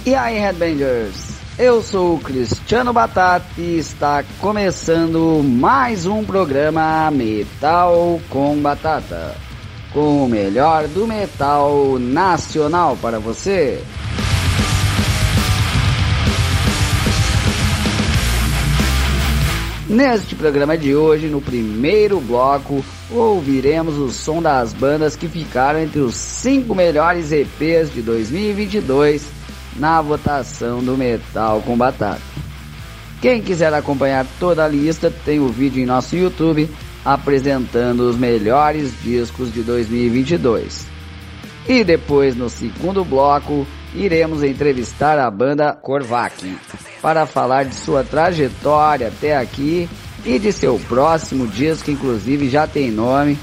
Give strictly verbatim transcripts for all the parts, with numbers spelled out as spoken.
E aí, Headbangers? Eu sou o Cristiano Batata e está começando mais um programa Metal com Batata, com o melhor do metal nacional para você. Neste programa de hoje, no primeiro bloco, ouviremos o som das bandas que ficaram entre os cinco melhores E Pês de dois mil e vinte e dois na votação do Metal com Batata. Quem quiser acompanhar toda a lista, tem o vídeo em nosso YouTube apresentando os melhores discos de dois mil e vinte e dois. E depois, no segundo bloco, iremos entrevistar a banda Korvac para falar de sua trajetória até aqui e de seu próximo disco, que inclusive já tem nome.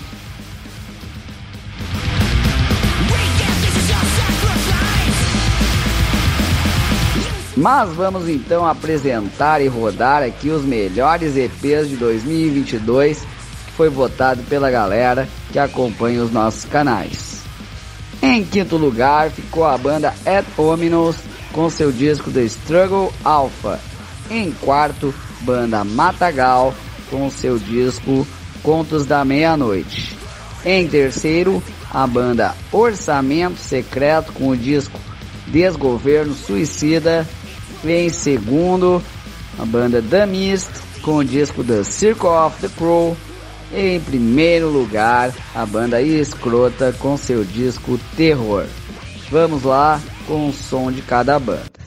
Mas vamos então apresentar e rodar aqui os melhores E Pês de dois mil e vinte e dois, que foi votado pela galera que acompanha os nossos canais. Em quinto lugar ficou a banda Ad Hominos com seu disco The Struggle Alpha. Em quarto, banda Matagal com seu disco Contos da Meia-Noite. Em terceiro, a banda Orçamento Secreto com o disco Desgoverno Suicida. Em segundo, a banda The Mist com o disco The Circle of the Crow. E em primeiro lugar, a banda Escrota com seu disco Terror. Vamos lá com o som de cada banda.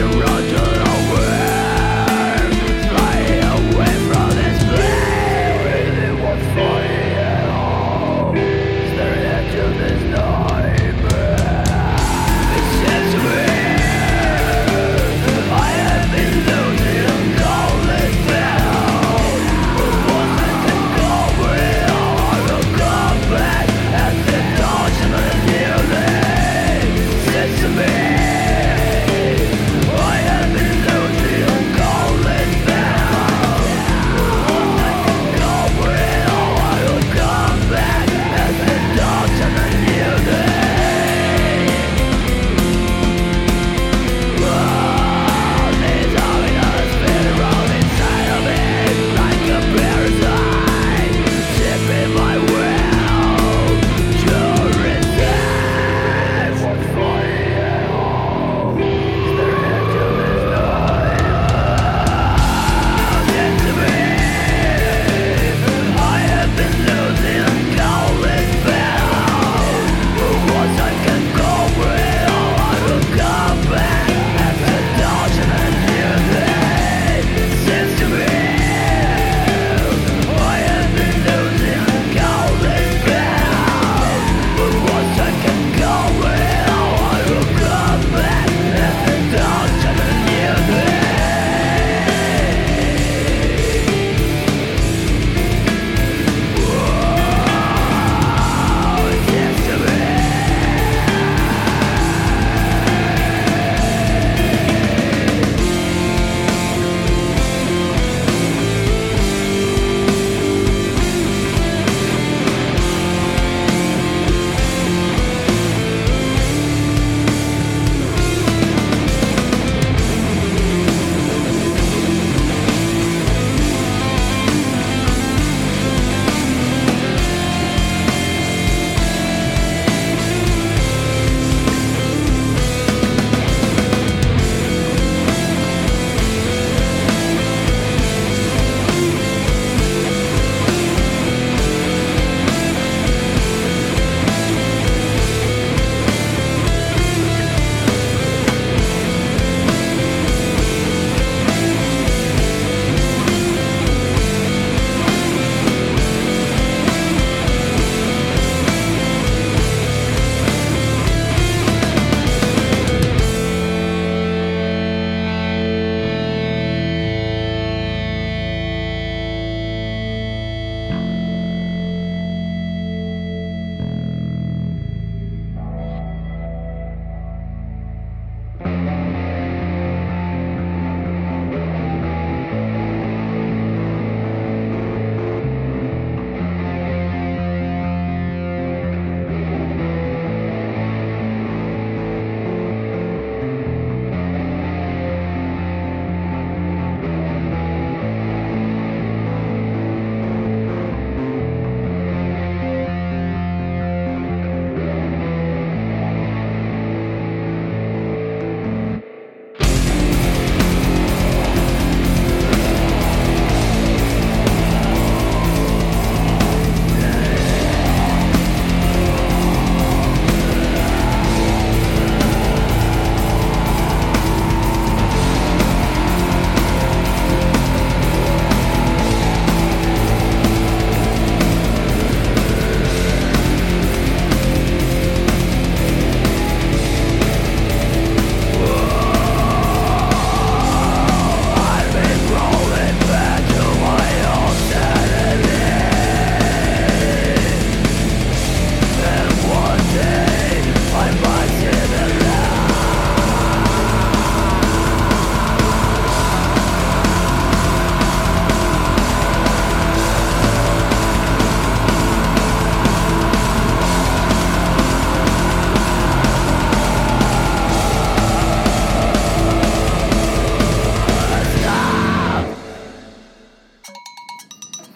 Away from this place.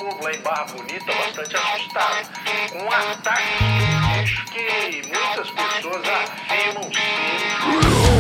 povo lá em Barra Bonita bastante assustado com um ataque de bicho que muitas pessoas afirmam ser.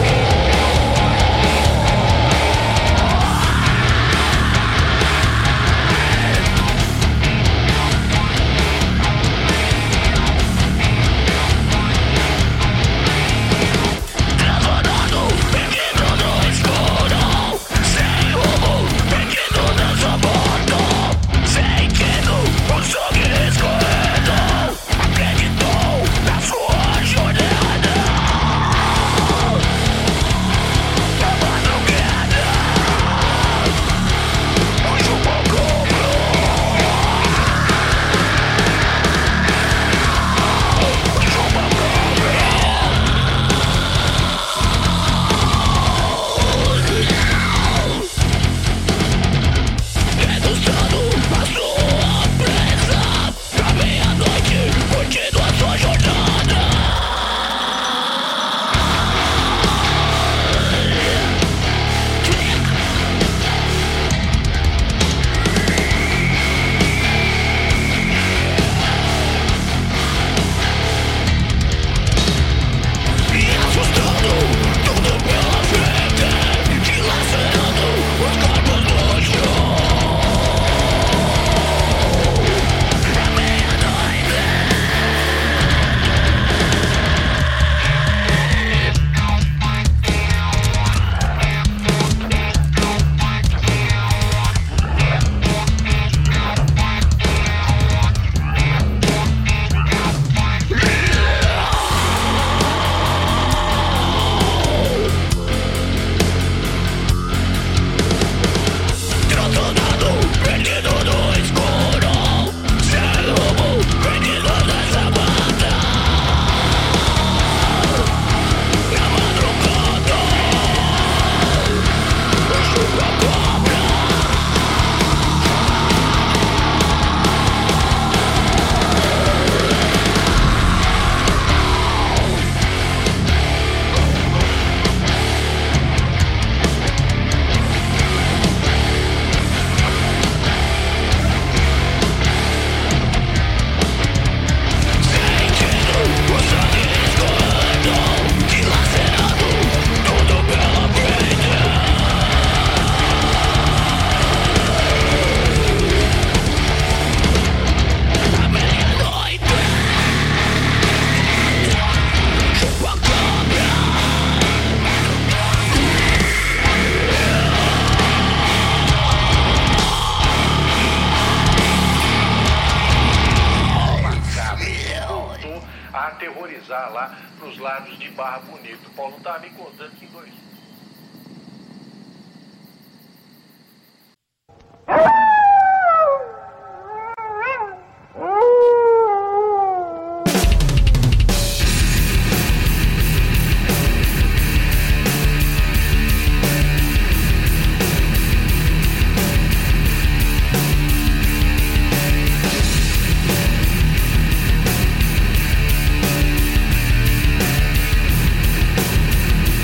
A aterrorizar lá nos lados de Barra Bonita. O Paulo estava me contando que em dois...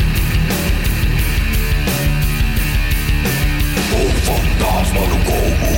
Fantasma no como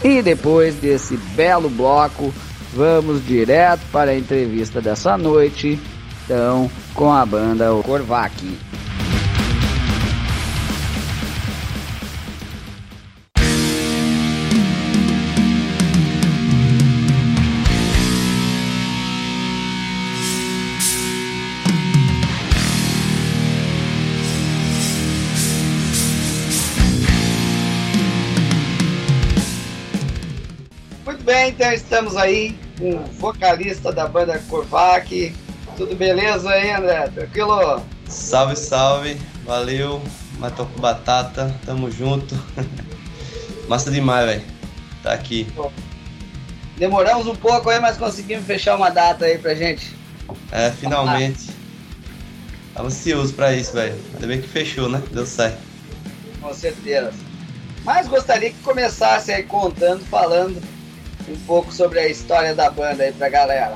E depois desse belo bloco, vamos direto para a entrevista dessa noite, então, com a banda Korvac. Bem, então estamos aí com o vocalista da banda Korvac. Tudo beleza aí, André? Tranquilo? Salve, salve. Valeu. Matou com batata. Tamo junto. Massa demais, velho. Tá aqui. Demoramos um pouco aí, mas conseguimos fechar uma data aí pra gente. É, finalmente. Tava ansioso pra isso, velho. Ainda bem que fechou, né? Deu certo. Com certeza. Mas gostaria que começasse aí contando, falando um pouco sobre a história da banda aí pra galera.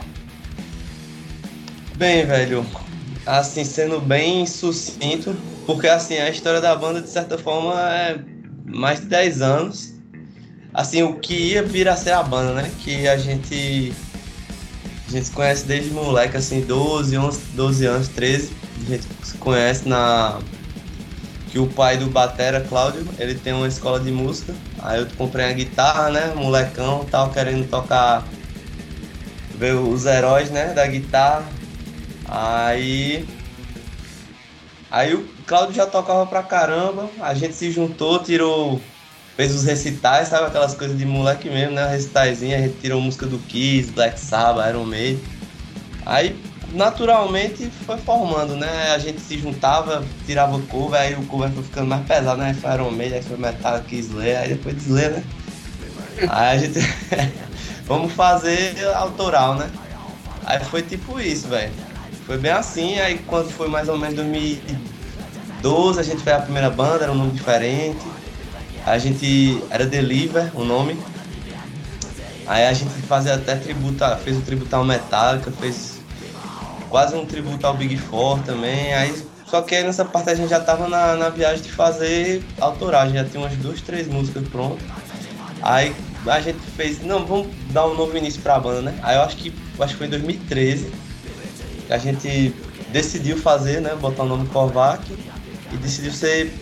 Bem, velho, assim, sendo bem sucinto, porque assim, a história da banda, de certa forma, é mais de dez anos. Assim, o que ia vir a ser a banda, né? Que a gente, a gente se conhece desde moleque, assim, doze, onze, doze anos, treze. A gente se conhece na... que o pai do batera, Cláudio, ele tem uma escola de música. Aí eu comprei a guitarra, né, molecão, tava querendo tocar, ver os heróis, né, da guitarra. Aí, aí o Cláudio já tocava pra caramba, a gente se juntou, tirou, fez os recitais, sabe, aquelas coisas de moleque mesmo, né, recitaizinho, a gente tirou música do Kiss, Black Sabbath, Iron Maiden. Aí, naturalmente foi formando, né? A gente se juntava, tirava o cover, aí o cover foi ficando mais pesado, né? Aí foi Iron Maiden, aí foi Metallica, Slayer, aí depois de Slayer, né? Aí a gente... vamos fazer autoral, né? Aí foi tipo isso, velho. Foi bem assim, aí quando foi mais ou menos dois mil e doze, a gente fez a primeira banda, era um nome diferente. A gente... era Deliver, o nome. Aí a gente fazia até tributo, fez o tributo ao Metallica, fez... quase um tributo ao Big Four também, aí, só que aí nessa parte a gente já tava na, na viagem de fazer autoral, a gente já tinha umas duas, três músicas prontas. Aí a gente fez, não, vamos dar um novo início pra banda, né? Aí eu acho que, acho que foi em dois mil e treze que a gente decidiu fazer, né, botar o nome Korvac e decidiu ser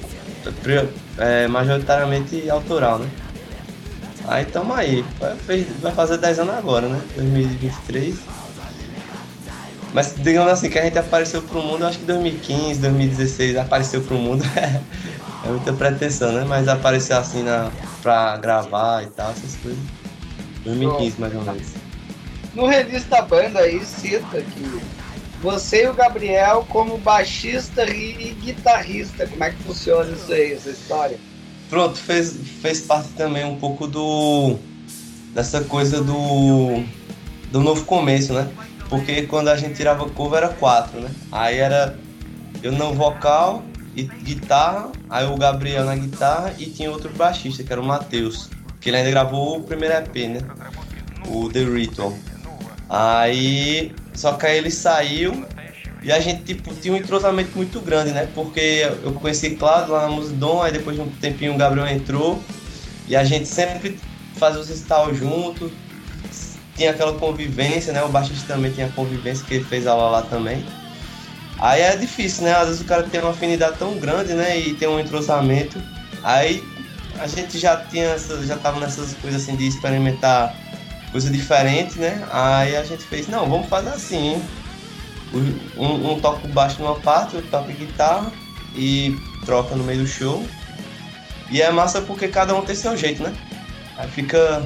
é, majoritariamente autoral, né? Aí tamo aí, vai, vai fazer dez anos agora, né? dois mil e vinte e três. Mas digamos assim, que a gente apareceu pro mundo, eu acho que dois mil e quinze, dois mil e dezesseis apareceu pro mundo, é muita pretensão, né? Mas apareceu assim na, pra gravar e tal, essas coisas. dois mil e quinze mais ou menos. No release da banda aí cita que você e o Gabriel como baixista e guitarrista, como é que funciona isso aí, essa história? Pronto, fez, fez parte também um pouco do... dessa coisa do... do novo começo, né? Porque quando a gente tirava cover era quatro, né? Aí era eu no vocal e guitarra, aí o Gabriel na guitarra e tinha outro baixista, que era o Matheus, que ele ainda gravou o primeiro E P, né? O The Ritual. Aí, só que aí ele saiu e a gente tipo, tinha um entrosamento muito grande, né? Porque eu conheci Cláudio lá na Musidom, aí depois de um tempinho o Gabriel entrou e a gente sempre fazia os recitais junto. Tinha aquela convivência, né? O baixista também tinha convivência, que ele fez aula lá também. Aí é difícil, né? Às vezes o cara tem uma afinidade tão grande, né? E tem um entrosamento. Aí a gente já tinha essa, já tava nessas coisas assim de experimentar coisa diferente, né? Aí a gente fez, não, vamos fazer assim, hein? Um, um toca o baixo numa parte, outro toca guitarra e troca no meio do show. E é massa porque cada um tem seu jeito, né? Aí fica...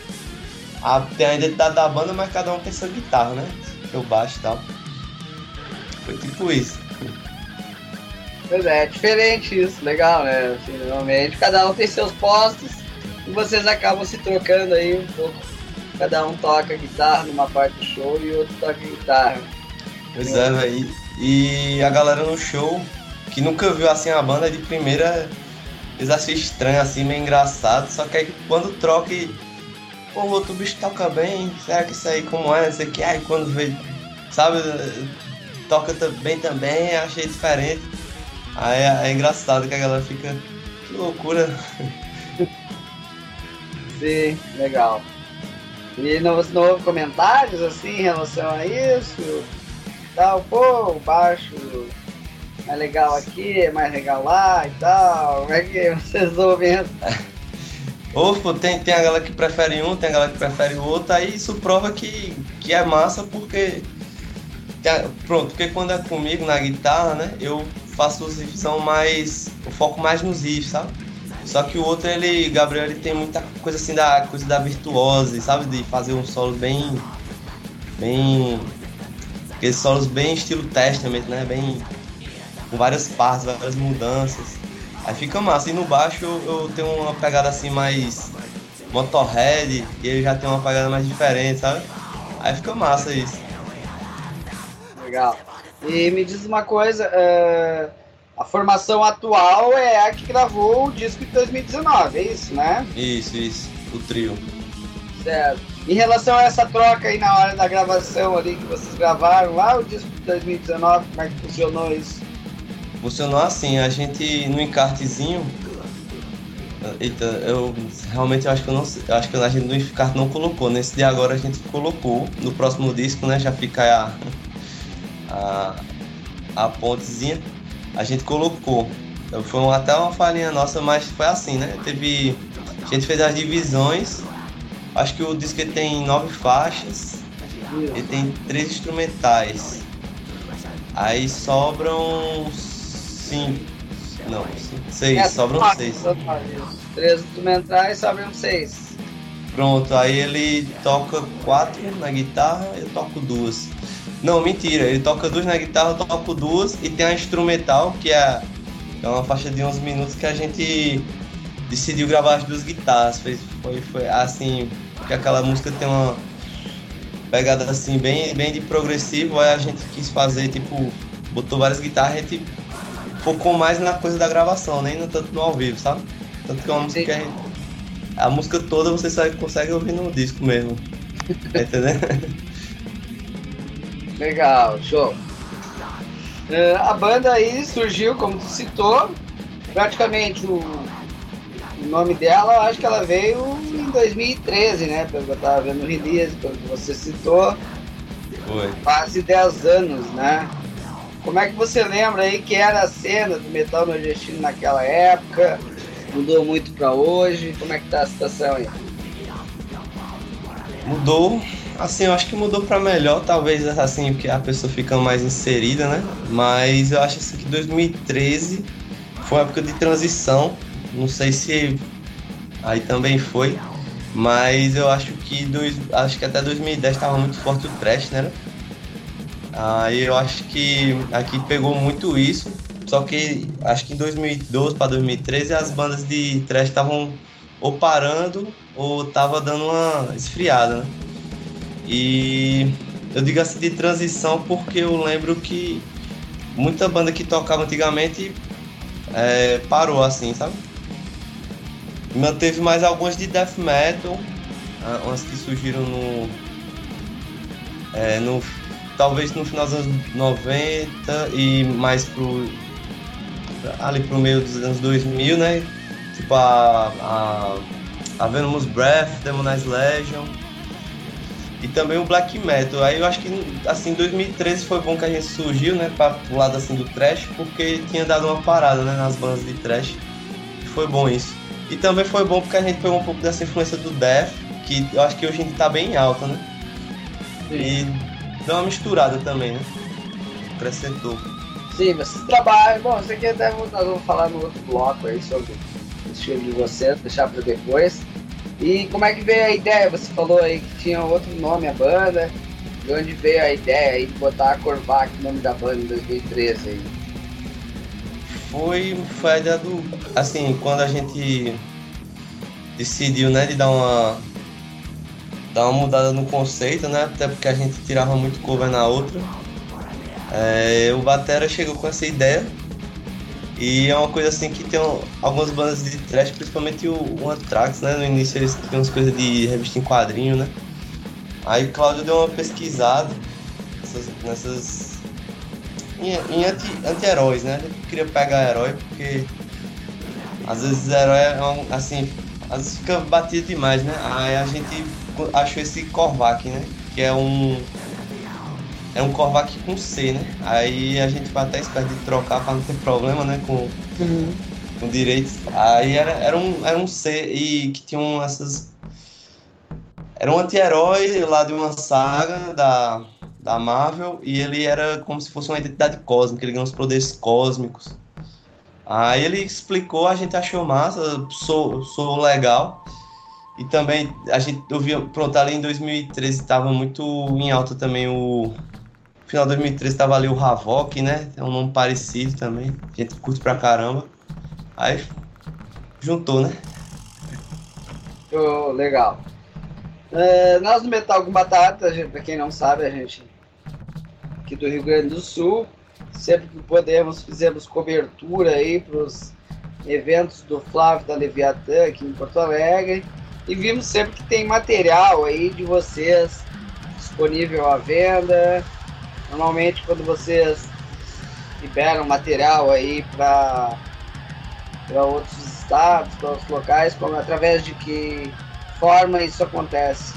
A, tem a identidade da banda, mas cada um tem sua guitarra, né? Seu baixo e tal. Foi tipo isso. Pois é, é diferente isso, legal, né? Assim, normalmente cada um tem seus postos e vocês acabam se trocando aí um pouco. Cada um toca guitarra numa parte do show e o outro toca guitarra. Pois é, velho. E a galera no show, que nunca viu assim a banda de primeira, eles acham estranho, assim, meio engraçado. Só que aí quando troca e... pô, o outro bicho toca bem, será que isso aí como é? Não sei o que. Aí quando vê, sabe, toca bem também, achei diferente. Aí é, é engraçado que a galera fica, que loucura. Sim, legal. E não, não houve comentários assim em relação a isso? Tal, pô, o baixo é legal aqui, é mais legal lá e tal. Como é que vocês estão vendo? Ou pô, tem, tem a galera que prefere um, tem a galera que prefere o outro, aí isso prova que, que é massa porque. Pronto, porque quando é comigo na guitarra, né, eu faço os riffs são mais. Eu foco mais nos riffs, sabe? Só que o outro, ele, Gabriel, ele tem muita coisa assim da coisa da virtuose, sabe? De fazer um solo bem. Bem. Aqueles solos bem estilo Testament, né? Bem. Com várias partes, várias mudanças. Aí fica massa. E no baixo eu, eu tenho uma pegada assim mais. Motorhead, e ele já tem uma pegada mais diferente, sabe? Aí fica massa isso. Legal. E me diz uma coisa, uh, a formação atual é a que gravou o disco de dois mil e dezenove, é isso, né? Isso, isso, o trio. Certo. Em relação a essa troca aí na hora da gravação ali que vocês gravaram lá, o disco de dois mil e dezenove, como é que funcionou isso? Funcionou assim, a gente no encartezinho. Eita, eu realmente eu acho que eu não eu acho que a gente no encarte não colocou. Nesse de agora a gente colocou. No próximo disco, né? Já fica a. A, a pontezinha, a gente colocou. Foi uma, até uma falhinha nossa, mas foi assim, né? Teve, a gente fez as divisões. Acho que o disco tem nove faixas e tem três instrumentais. Aí sobram cinco. Não, cinco, seis. É, sobram quatro, seis. Três instrumentais, sobram seis. Pronto, aí ele toca quatro na guitarra, eu toco duas. Não, mentira, ele toca duas na guitarra, eu toco duas e tem a instrumental, que é, é uma faixa de onze minutos que a gente decidiu gravar as duas guitarras. Foi, foi, foi assim, porque aquela música tem uma pegada assim, bem, bem de progressivo, aí a gente quis fazer, tipo, botou várias guitarras, a gente focou mais na coisa da gravação, nem no tanto no ao vivo, sabe? Tanto que é uma música que a, gente, a música toda você só consegue ouvir no disco mesmo, tá entendendo? Legal, show. Uh, a banda aí surgiu, como tu citou, praticamente o, o nome dela, eu acho que ela veio em dois mil e treze, né? Pelo que eu tava vendo no release, pelo que você citou. Foi. Quase dez anos, né? Como é que você lembra aí que era a cena do metal nordestino naquela época? Mudou muito pra hoje? Como é que tá a situação aí? Mudou. Assim, eu acho que mudou pra melhor, talvez assim, porque a pessoa fica mais inserida, né? Mas eu acho assim, que dois mil e treze foi uma época de transição. Não sei se aí também foi, mas eu acho que, dois, acho que até dois mil e dez estava muito forte o thrash, né? Aí eu acho que aqui pegou muito isso, só que acho que em dois mil e doze para dois mil e treze as bandas de thrash estavam ou parando ou tava dando uma esfriada, né? E eu digo assim de transição porque eu lembro que muita banda que tocava antigamente é, parou assim, sabe? Manteve mais algumas de death metal, umas que surgiram no, é, no talvez no final dos anos noventa e mais pro ali pro meio dos anos dois mil, né? Tipo a a, a Venomous Breath, Demonized Legion. E também o black metal. Aí eu acho que assim, dois mil e treze foi bom que a gente surgiu, né, para o lado assim do thrash, porque tinha dado uma parada, né, nas bandas de thrash. E foi bom isso. E também foi bom porque a gente pegou um pouco dessa influência do death, que eu acho que hoje em dia tá bem alta, né? Sim. E deu uma misturada também, né? Acrescentou. Sim, vocês trabalham. Bom, isso aqui até nós vamos falar no outro bloco aí sobre o estilo de vocês, deixar para depois. E como é que veio a ideia? Você falou aí que tinha outro nome a banda. De onde veio a ideia aí de botar a Korvac, o nome da banda, em dois mil e treze aí? Foi, foi a ideia do... Assim, quando a gente decidiu, né, de dar uma... Dar uma mudada no conceito, né? Até porque a gente tirava muito cover na outra. É, o batera chegou com essa ideia. E é uma coisa assim que tem algumas bandas de thrash, principalmente o Anthrax, né? No início eles tinham umas coisas de revista em quadrinho, né? Aí o Cláudio deu uma pesquisada nessas... nessas em, em anti, anti-heróis, né? Ele queria pegar herói porque às vezes herói é um, assim, às vezes fica batido demais, né? Aí a gente achou esse Korvac, né? Que é um é um Korvac com C, né? Aí a gente foi até esperto de trocar para não ter problema, né? Com, uhum. com direitos. Aí era, era, um, era um C e que tinham essas... Era um anti-herói lá de uma saga da, da Marvel e ele era como se fosse uma identidade cósmica, ele ganhou uns poderes cósmicos. Aí ele explicou, a gente achou massa, sou, sou legal. E também a gente ouvia, pronto, ali em dois mil e treze estava muito em alta também o... No final de dois mil e treze estava ali o Havok, né? É um nome parecido também, a gente curte pra caramba. Aí juntou, né? Oh, legal. Uh, nós no Metal com Batata, para quem não sabe, a gente aqui do Rio Grande do Sul, sempre que podemos fizemos cobertura aí para os eventos do Flávio da Leviatã aqui em Porto Alegre e vimos sempre que tem material aí de vocês disponível à venda. Normalmente quando vocês liberam material aí para para outros estados, para outros locais, como através de que forma isso acontece?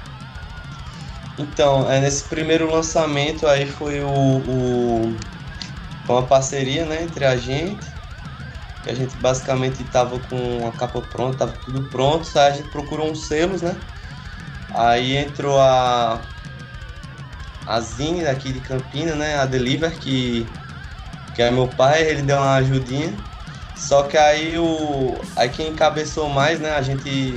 Então, é, nesse primeiro lançamento aí foi o, o uma parceria, né, entre a gente, que a gente basicamente estava com a capa pronta, estava tudo pronto, aí a gente procurou uns selos, né, aí entrou a a Zine daqui de Campinas, né, a Deliver, que, que é meu pai, ele deu uma ajudinha, só que aí, o, aí quem encabeçou mais, né, a gente...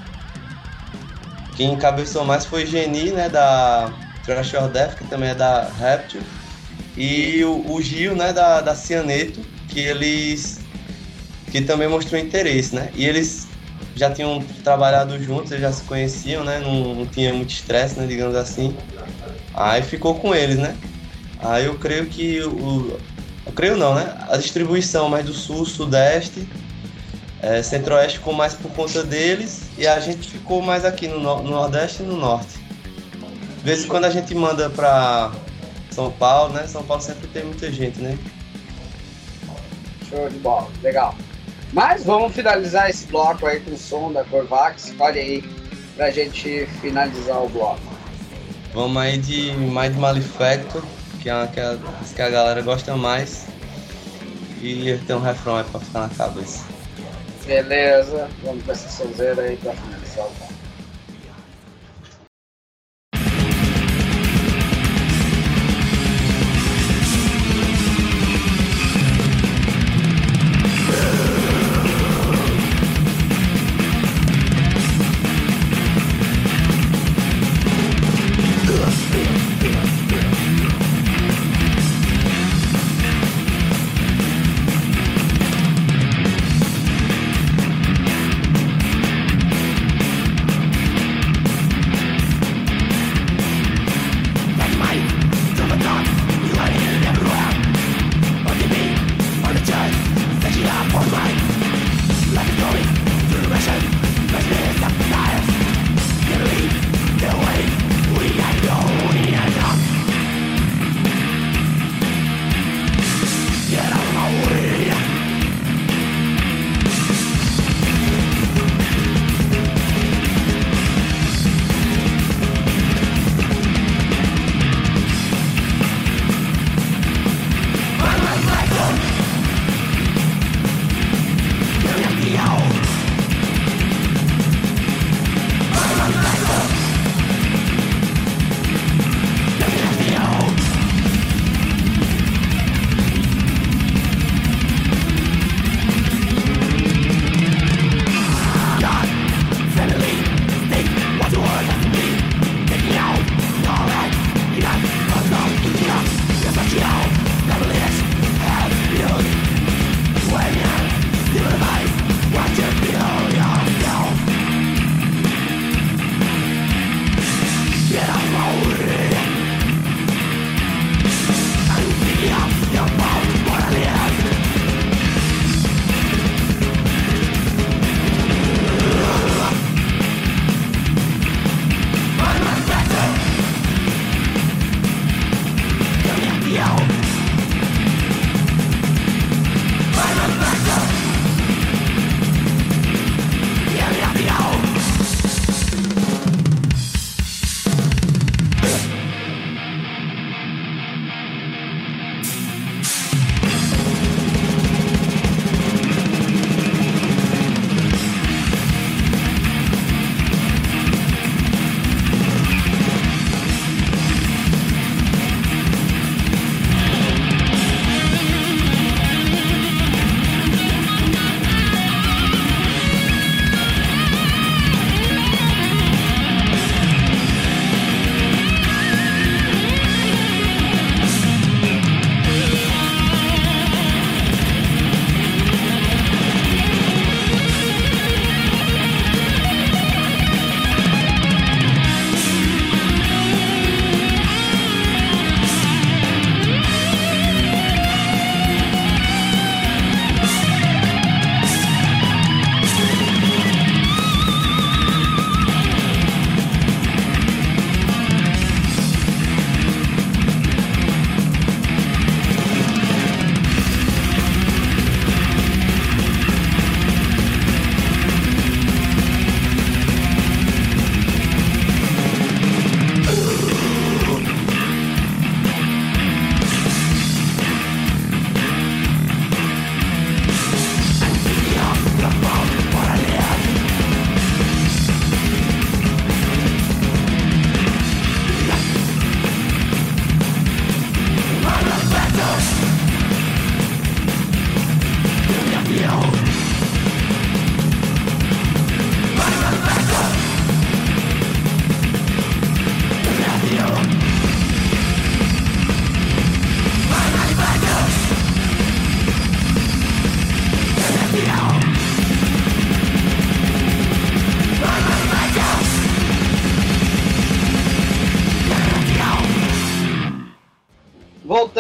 Quem encabeçou mais foi Geni, né, da Trash or Death, que também é da Reptile, e o, o Gil, né, da, da Cianeto, que eles que também mostrou interesse, né, e eles já tinham trabalhado juntos, eles já se conheciam, né, não, não tinha muito estresse, né, digamos assim, aí ficou com eles, né, aí eu creio que o, eu creio não, né, a distribuição mais do Sul, Sudeste, É, Centro-Oeste ficou mais por conta deles e a gente ficou mais aqui no, no Nordeste e no Norte. De vez em quando a gente manda para São Paulo, né? São Paulo sempre tem muita gente, né? Show de bola, legal. Mas vamos finalizar esse bloco aí com o som da Korvac. Escolhe aí pra gente finalizar o bloco. Vamos aí de Mind Malefactor, que é uma que a, que a galera gosta mais. E tem um refrão aí pra ficar na cabeça. Beleza, vamos para essa sonzeira aí para finalizar o bloco.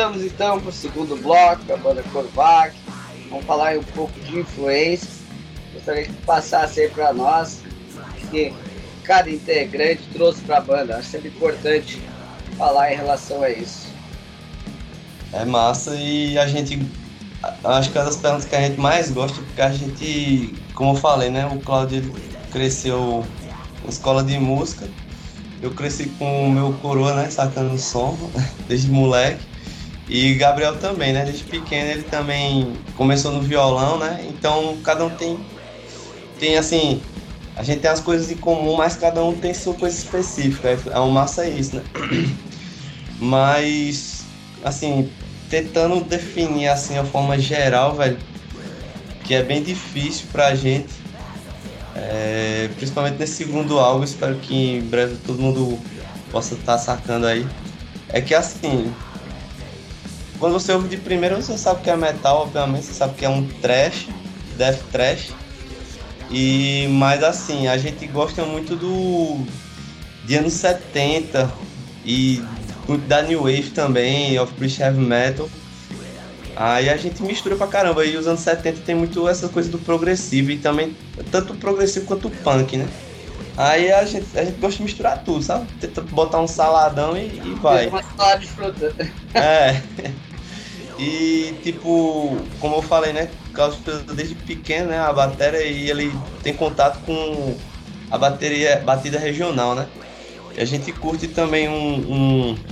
Passamos então para o segundo bloco, a banda Korvac. Vamos falar aí um pouco de influências. Gostaria que passasse aí para nós que cada integrante trouxe para a banda. Acho sempre importante falar em relação a isso. É massa e a gente, acho que é uma das perguntas que a gente mais gosta, porque a gente, como eu falei, né, o Cláudio ele cresceu na escola de música, eu cresci com o meu coroa, né, sacando som, desde moleque, e Gabriel também, né, desde pequeno ele também começou no violão, né, então cada um tem, tem assim, a gente tem as coisas em comum, mas cada um tem sua coisa específica, é um massa isso, né, mas, assim, tentando definir assim a forma geral, velho, que é bem difícil pra gente, é, principalmente nesse segundo álbum, espero que em breve todo mundo possa estar sacando aí, é que assim, quando você ouve de primeira você sabe que é metal, obviamente, você sabe que é um thrash, death thrash, e, mas assim, a gente gosta muito do de anos setenta e muito da New Wave também, of British Heavy Metal. Aí a gente mistura pra caramba. E os anos setenta tem muito essa coisa do progressivo e também tanto o progressivo quanto o punk, né? Aí a gente, a gente gosta de misturar tudo, sabe? Tenta botar um saladão e, e vai. Uma salada de fruta. É. E tipo, como eu falei, né? Carlos desde pequeno, né? A bateria e ele tem contato com a bateria, batida regional, né? E a gente curte também um, um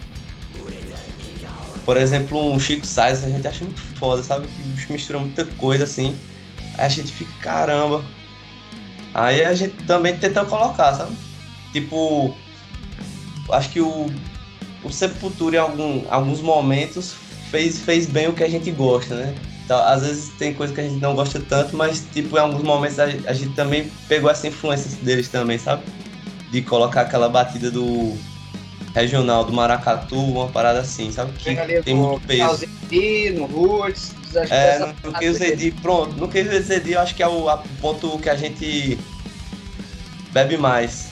por exemplo, um Chico Sainz, a gente acha muito foda, sabe? Que o bicho mistura muita coisa assim. Aí a gente fica, caramba. Aí a gente também tenta colocar, sabe? Tipo, acho que o, o Sepultura em algum, alguns momentos fez, fez bem o que a gente gosta, né? Então, às vezes tem coisa que a gente não gosta tanto, mas tipo, em alguns momentos a, a gente também pegou essa influência deles também, sabe? De colocar aquela batida do regional, do maracatu, uma parada assim, sabe? Que tem, tem muito peso. No Roots, é, no, no que o Zedi, pronto, no que o Zedi eu acho que é o a, ponto que a gente bebe mais.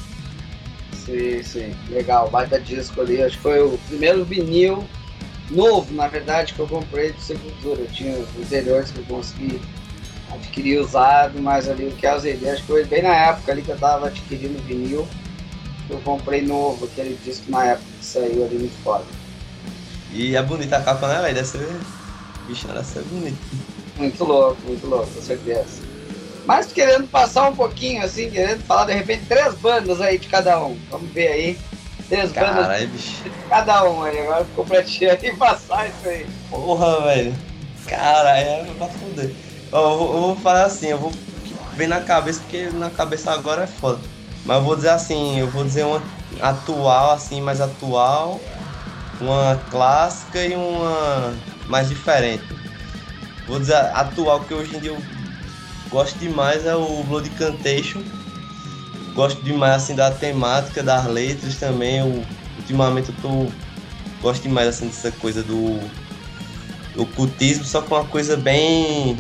Sim, sim, legal, baita disco ali, acho que foi o primeiro vinil novo, na verdade, que eu comprei do Sepultura. Eu tinha os anteriores que eu consegui adquirir usado, mas ali o que é o Zedi, acho que foi bem na época ali que eu tava adquirindo vinil. Eu comprei novo, aquele disco na época que saiu ali, muito foda. E é bonita a capa, né, velho? Deve ser... Bicho, deve ser bonito. Muito louco, muito louco, com certeza. Mas querendo passar um pouquinho, assim, querendo falar, de repente, três bandas aí de cada um. Vamos ver aí. Três Carai, bandas bicho. de cada um aí. Agora ficou pra ti aí passar isso aí. Porra, velho. Caralho, é pra foder. Ó, eu, vou, eu vou falar assim, eu vou... Vem na cabeça, porque na cabeça agora é foda. Mas eu vou dizer assim, eu vou dizer uma atual, assim, mais atual, uma clássica e uma mais diferente. Vou dizer atual, que hoje em dia eu gosto demais, é o Blood Incantation. Gosto demais, assim, da temática, das letras também. Eu, ultimamente eu tô... Gosto demais, assim, dessa coisa do... do ocultismo, só com uma coisa bem...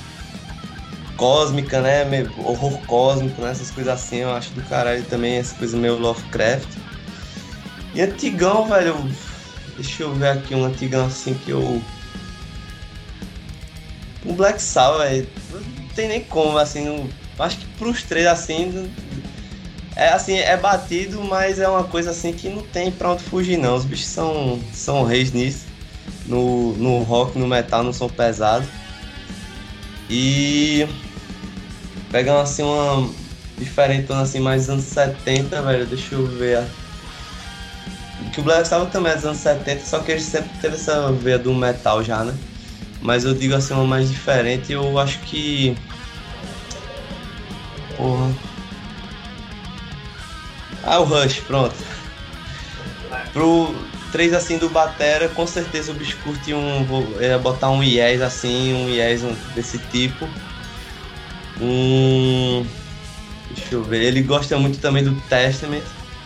cósmica, né, meio horror cósmico, né, essas coisas assim, eu acho do caralho também, essa coisa meio Lovecraft. E antigão, velho, deixa eu ver aqui um antigão assim que eu... Um Black Sabbath, velho, não tem nem como, assim, não... acho que pros três, assim, é assim, é batido, mas é uma coisa assim que não tem pra onde fugir não, os bichos são, são reis nisso, no, no rock, no metal, não são pesados. E pegando assim uma diferentona assim mais anos setenta, velho, deixa eu ver. Que o Black Sabbath também é dos anos setenta, só que ele sempre teve essa veia do metal já, né? Mas eu digo assim uma mais diferente, eu acho que... Porra... Ah, o Rush, pronto. Pro três assim do batera, com certeza o bicho curte um... Vou é, botar um Yes assim, um Yes um, desse tipo. Um... Deixa eu ver, ele gosta muito também do Testament.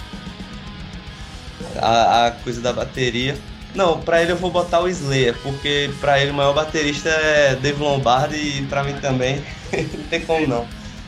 A, a coisa da bateria. Não, pra ele eu vou botar o Slayer, porque pra ele o maior baterista é Dave Lombardo e pra mim também, não tem como não.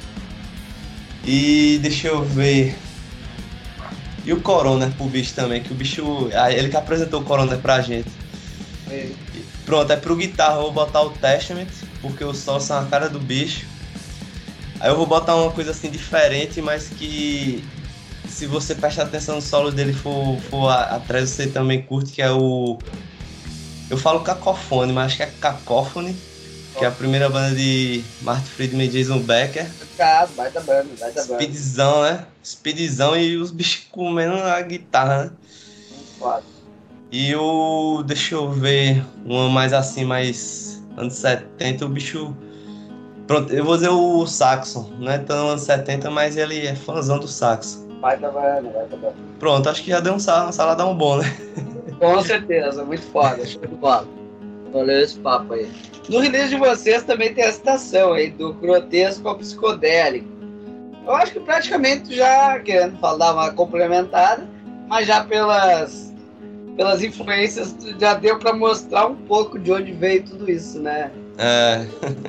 E deixa eu ver... E o Coroner pro bicho também, que o bicho... Ele que apresentou o Coroner pra gente. É. Pronto, é pro guitarra eu vou botar o Testament, porque os solos são a cara do bicho. Aí eu vou botar uma coisa assim diferente, mas que se você prestar atenção no solo dele for, for a- atrás, você também curte, que é o... Eu falo Cacofone, mas acho que é Cacophony, que é a primeira banda de Martin Friedman e Jason Becker. Caso, baita banda, baita banda. Speedzão, né? Speedzão e os bichos comendo a guitarra, né? Muito foda. E o... Deixa eu ver, uma mais assim, mais anos setenta, o bicho... Pronto, eu vou dizer o Saxon, não é tão anos setenta, mas ele é fãzão do Saxon. Baita banda, baita banda. Pronto, acho que já deu um sal- uma saladão bom, né? Com certeza, muito foda, show de bola. Valeu esse papo aí. No release de vocês também tem a citação aí do grotesco ao psicodélico. Eu acho que praticamente já, querendo falar, dar uma complementada, mas já pelas, pelas influências já deu pra mostrar um pouco de onde veio tudo isso, né? É.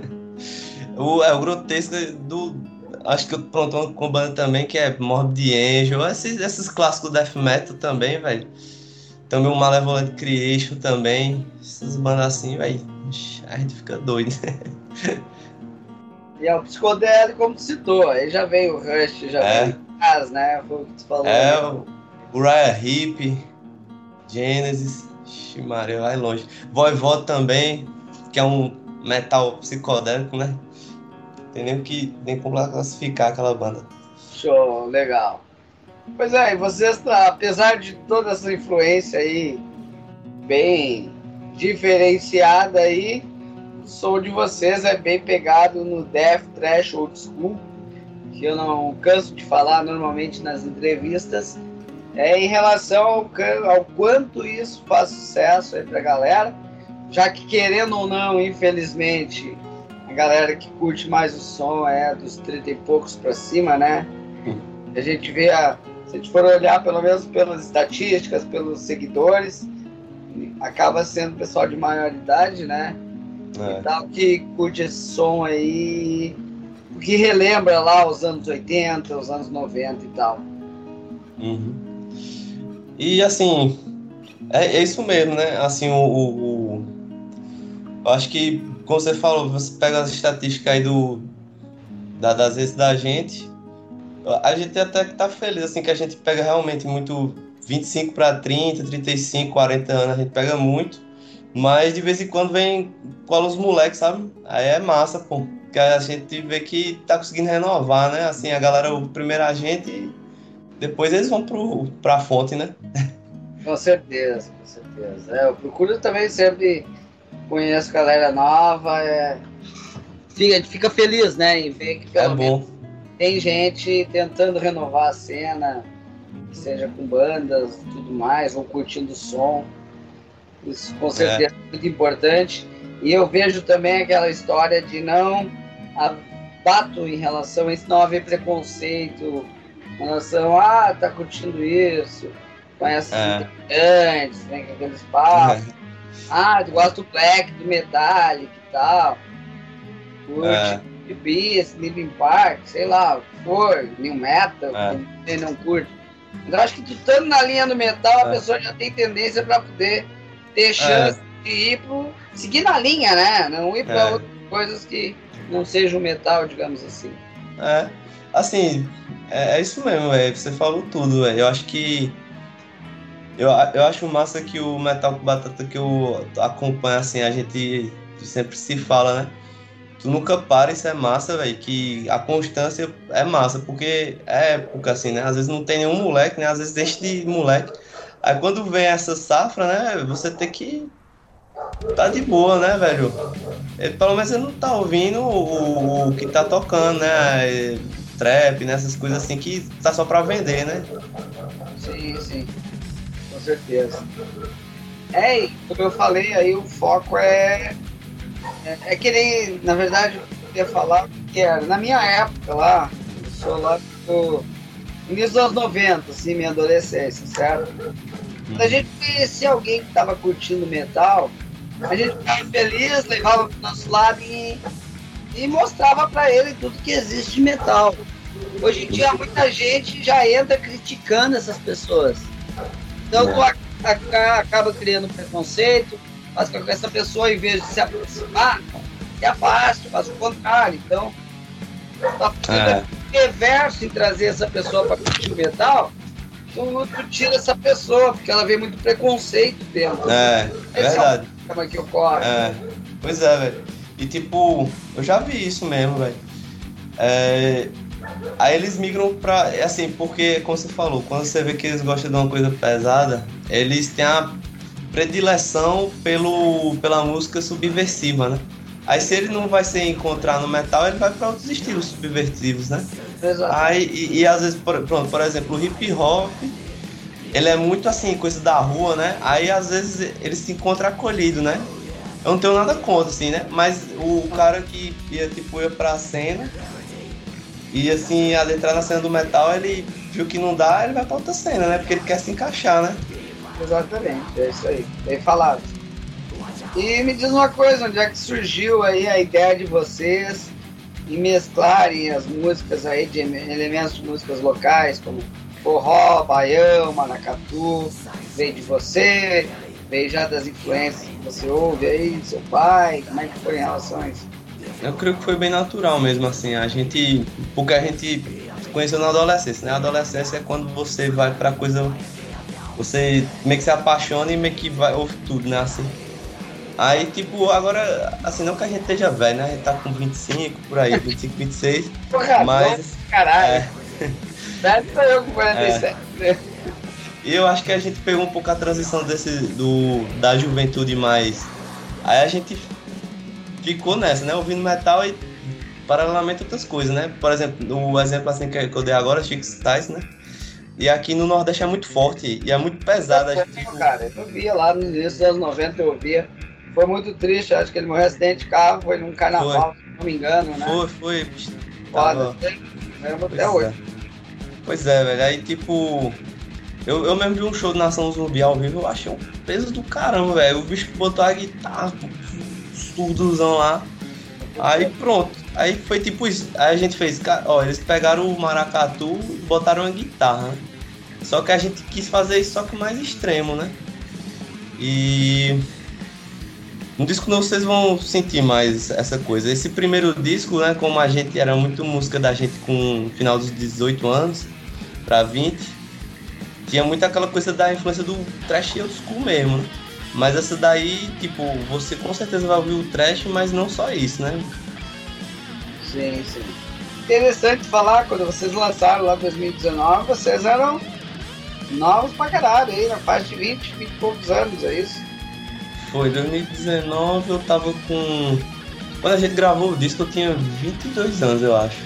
o, é o grotesco do. Acho que eu pronto com banda também, que é Morbid Angel, esses, esses clássicos death metal também, velho. Também o Malevolent Creation também. Essas bandas assim, velho. A gente fica doido. E é o psicodélico, como tu citou, aí já veio o Rush, já É. veio o Cas, né? Foi o que tu falou. É, né? o Uriah Heep, Genesis, Ixi, Maria, vai longe. Voivod também, que é um metal psicodélico, né? Tem nem o que nem como classificar aquela banda. Show, legal. Pois é, e vocês, apesar de toda essa influência aí, bem diferenciada aí, o som de vocês é bem pegado no death thrash old school, que eu não canso de falar normalmente nas entrevistas, é em relação ao, can- ao quanto isso faz sucesso aí pra galera, já que querendo ou não, infelizmente, a galera que curte mais o som é dos trinta e poucos pra cima, né? A gente vê, a, se a gente for olhar pelo menos pelas estatísticas, pelos seguidores, acaba sendo pessoal de maior idade, né? É. E tal, que curte esse som aí, que relembra lá os anos oitenta, os anos noventa e tal. Uhum. E assim, é, é isso mesmo, né? Assim, o, o, o- eu acho que, como você falou, você pega as estatísticas aí do, da, das vezes da gente, a gente até que tá feliz, assim, que a gente pega realmente muito vinte e cinco para trinta, trinta e cinco, quarenta anos, a gente pega muito, mas de vez em quando vem cola os moleques, sabe? Aí é massa, pô, que a gente vê que tá conseguindo renovar, né? Assim, a galera, o primeiro a gente, e depois eles vão pro, pra fonte, né? Com certeza, com certeza. É, eu procuro também sempre conheço galera nova, é... fica, a gente fica feliz, né, em ver que É pelo menos bom. tem gente tentando renovar a cena, seja com bandas e tudo mais, ou curtindo o som. Isso com certeza é muito importante. E eu vejo também aquela história de não abato em relação a isso, não haver preconceito em relação a, ah, tá curtindo isso, conhece É. os integrantes, vem com aqueles papos, ah, tu gosta do Black, do Metallica e tal, curte É. de Beast, Linkin Park, sei lá, o que for, New Metal, É. quem não curte. Então acho que tu estando na linha do metal, a É. pessoa já tem tendência para poder ter chance de ir pro. Seguir na linha, né? Não ir para É. outras coisas que não sejam metal, digamos assim. É, assim, é, é isso mesmo, véio. Você falou tudo, véio. Eu acho que eu, eu acho massa que o Metal com Batata que eu acompanho, assim, a gente sempre se fala, né? Tu nunca para, isso é massa, velho, que a constância é massa, porque é época, assim, né? Às vezes não tem nenhum moleque, né? Às vezes deixa de moleque. Aí quando vem essa safra, né? Você tem que tá de boa, né, velho? Ele, pelo menos ele não tá ouvindo o, o que tá tocando, né? É, trap, né? Essas coisas assim que tá só pra vender, né? Sim, sim. Com certeza. É, e como eu falei, aí o foco é. É, é que nem, na verdade, eu ia falar que era na minha época lá, eu sou lá do início dos anos noventa, assim, minha adolescência, certo? Quando a gente conhecia alguém que estava curtindo metal, a gente ficava feliz, levava pro nosso lado e, e mostrava para ele tudo que existe de metal. Hoje em dia muita gente já entra criticando essas pessoas. Então tu a- a- acaba criando preconceito, faz com que essa pessoa, em vez de se aproximar, se afaste, faz o contrário. Então, tá fazendo é. reverso em trazer essa pessoa para curtir o metal, tu, tu tira essa pessoa, porque ela vê muito preconceito dentro. É, é verdade. Como é que ocorre. É, pois é, velho. E tipo, eu já vi isso mesmo, velho. É, aí eles migram pra. Assim, porque, como você falou, quando você vê que eles gostam de uma coisa pesada, eles têm a predileção pelo, pela música subversiva, né? Aí se ele não vai se encontrar no metal, ele vai para outros estilos subversivos, né? Exato. Aí, e, e às vezes, por, pronto, por exemplo, o hip hop, ele é muito assim, coisa da rua, né? Aí às vezes ele se encontra acolhido, né? Eu não tenho nada contra, assim, né? Mas o cara que ia, tipo, ia pra cena e assim, adentrar na cena do metal, ele viu que não dá, ele vai pra outra cena, né? Porque ele quer se encaixar, né? Exatamente, é isso aí, bem falado. E me diz uma coisa, onde é que surgiu aí a ideia de vocês em mesclarem as músicas aí de elementos de músicas locais, como forró, baião, maracatu, veio de você, veio já das influências que você ouve aí, do seu pai, como é que foi em relação a isso? Eu creio que foi bem natural mesmo, assim, a gente, porque a gente conheceu na adolescência, né? A adolescência é quando você vai pra coisa, você meio que se apaixona e meio que vai, ouve tudo, né, assim. Aí, tipo, agora, assim, não que a gente esteja velho, né? A gente tá com vinte e cinco, por aí, vinte e cinco, vinte e seis. Porra, mas... Caralho. Velho sou eu com quarenta e sete. É. E eu acho que a gente pegou um pouco a transição desse, do, da juventude mais... Aí a gente ficou nessa, né? Ouvindo metal e, paralelamente, outras coisas, né? Por exemplo, o exemplo assim que eu dei agora, Chico Sainz, né? E aqui no Nordeste é muito forte e é muito pesado. A gente... Cara, eu via lá no início dos anos noventa, eu via... Foi muito triste, acho que ele morreu em acidente de carro, foi num carnaval, foi. Se não me engano, né? Foi, foi. Foda, lembro até hoje. É. Pois é, velho, aí tipo... Eu, eu mesmo vi um show do Nação Zumbi ao vivo, eu achei um peso do caramba, velho. O bicho botou a guitarra, surduzão lá. Aí pronto, aí foi tipo isso. Aí a gente fez, ó, eles pegaram o maracatu e botaram uma guitarra, né? Só que a gente quis fazer isso só que mais extremo, né? E... No disco novo vocês vão sentir mais essa coisa. Esse primeiro disco, né, como a gente era muito música da gente com final dos dezoito anos pra vinte, tinha muito aquela coisa da influência do thrash old school mesmo, né? Mas essa daí, tipo, você com certeza vai ouvir o thrash, mas não só isso, né? Sim, sim. Interessante falar, quando vocês lançaram lá em dois mil e dezenove, vocês eram novos pra caralho aí, na faixa de vinte, vinte e poucos anos, é isso? Foi, em dois mil e dezenove eu tava com... Quando a gente gravou o disco eu tinha vinte e dois anos, eu acho.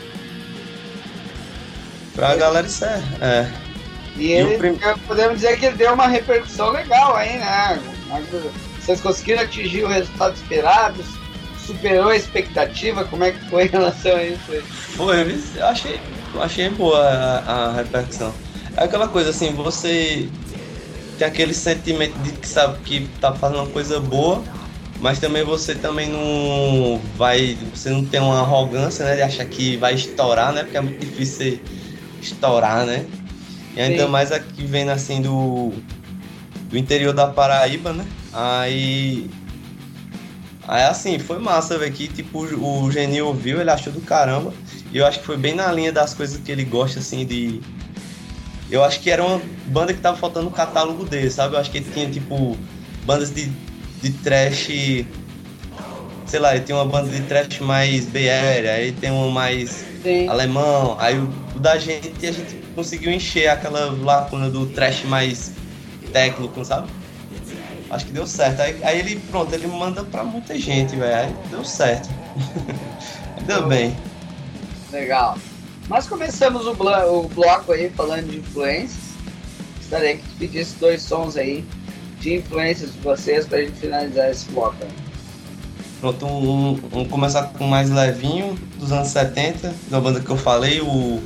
Pra é. galera isso é... é. E, e ele, prim... podemos dizer que ele deu uma repercussão legal aí, né? Vocês conseguiram atingir o resultado esperado? Superou a expectativa? Como é que foi em relação a isso aí? Foi, eu achei, eu achei boa a, a repercussão. É aquela coisa assim, você... tem aquele sentimento de que sabe que tá fazendo uma coisa boa, mas também você também não vai, você não tem uma arrogância, né, de achar que vai estourar, né, porque é muito difícil estourar, né, e ainda Sim. mais aqui vendo assim do, do interior da Paraíba, né, aí, aí assim, foi massa, velho, que tipo, o Genil ouviu, ele achou do caramba, e eu acho que foi bem na linha das coisas que ele gosta, assim, de... Eu acho que era uma banda que tava faltando no catálogo dele, sabe? Eu acho que ele tinha, tipo, bandas de, de trash... Sei lá, ele tem uma banda de trash mais B R, aí tem uma mais Sim. alemão. Aí o, o da gente, a gente conseguiu encher aquela lacuna do trash mais técnico, sabe? Acho que deu certo. Aí, aí ele, pronto, ele manda pra muita gente, velho. Aí deu certo. Deu bem. Legal. Nós começamos o, blo- o bloco aí falando de influências. Gostaria que tu pedisse dois sons aí de influências de vocês pra gente finalizar esse bloco aí. Pronto, um, um, começar com mais levinho, dos anos setenta, da banda que eu falei, o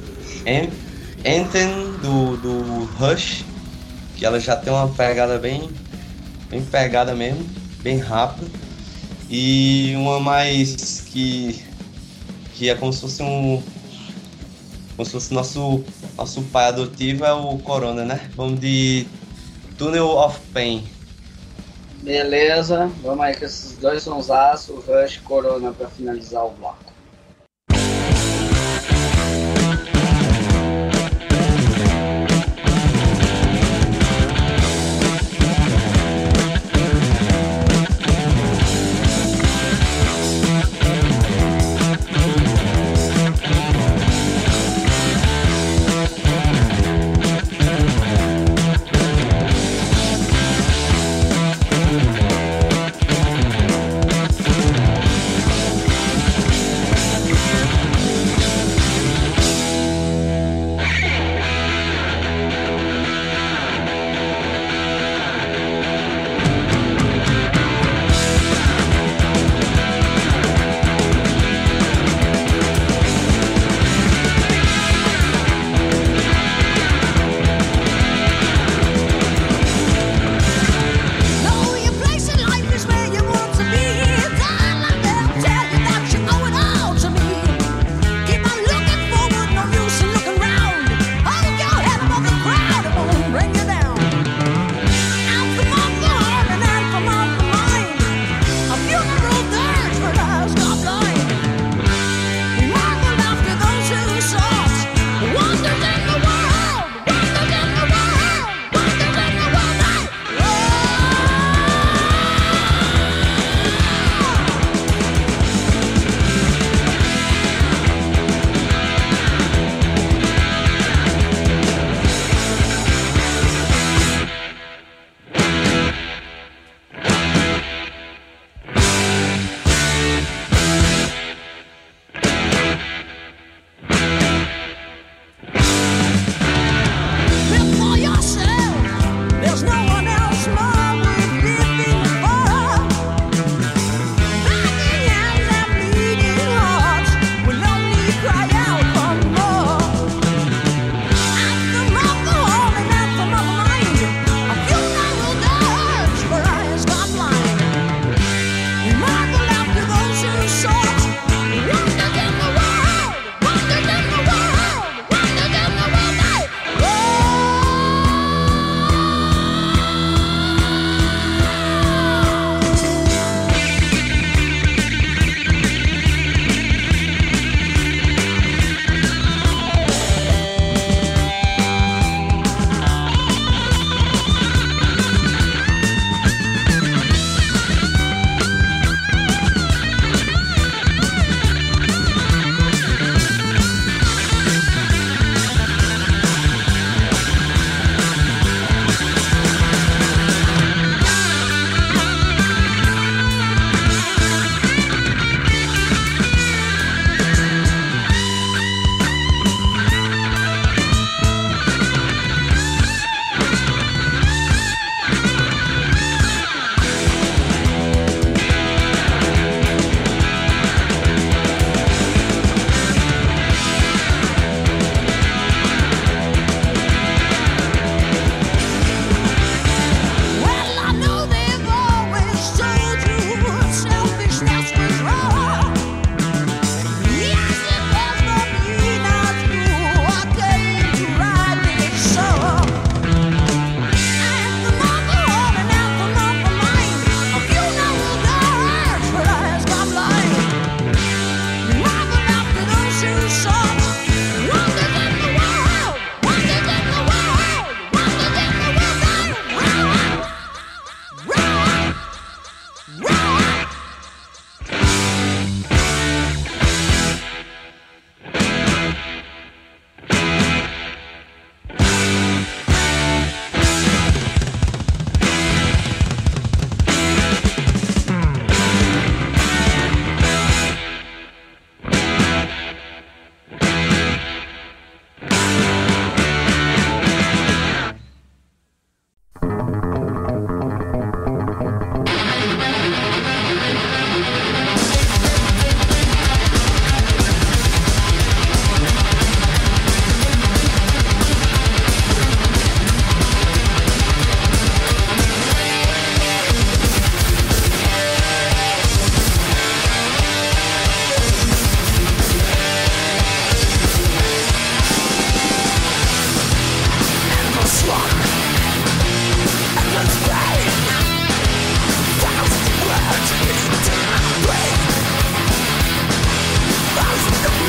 Anthem do, do Rush, que ela já tem uma pegada bem, bem pegada mesmo, bem rápida. E uma mais que, que é como se fosse um... Como se fosse nosso, nosso pai adotivo, é o Corona, né? Vamos de Tunnel of Pain. Beleza, vamos aí com esses dois sonsaços, Rush e Corona pra finalizar o bloco.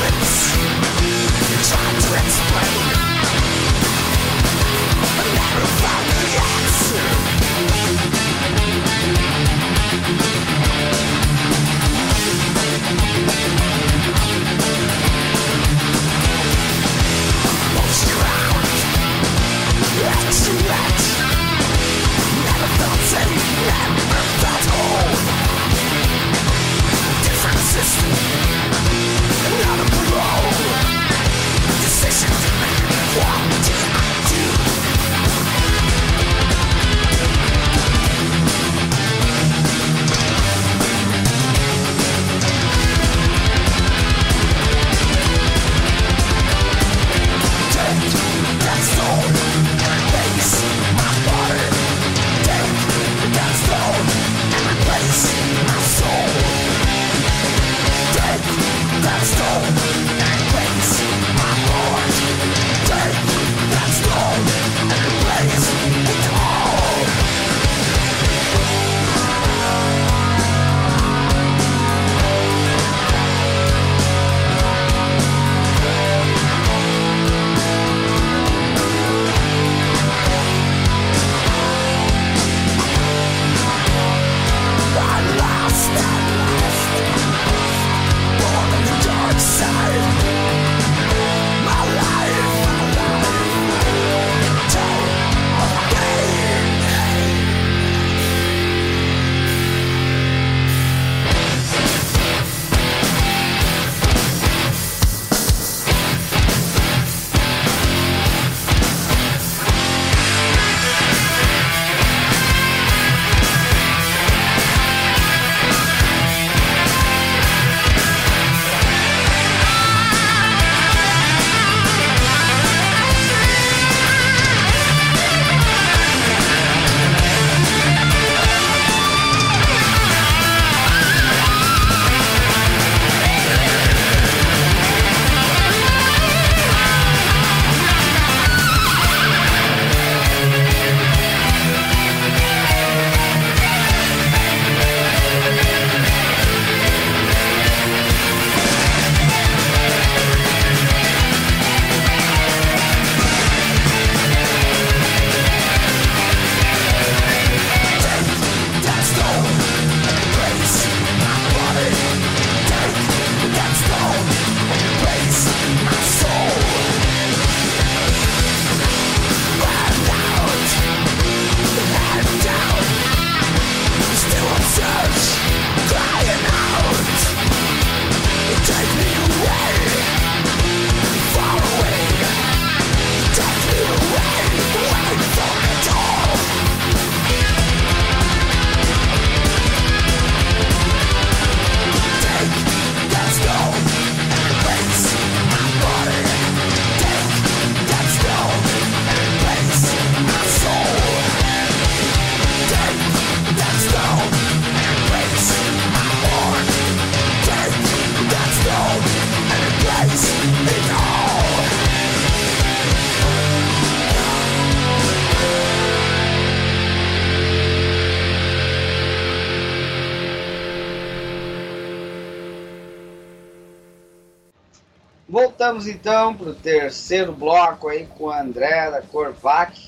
Voltamos então para o terceiro bloco aí com a André da Corvac,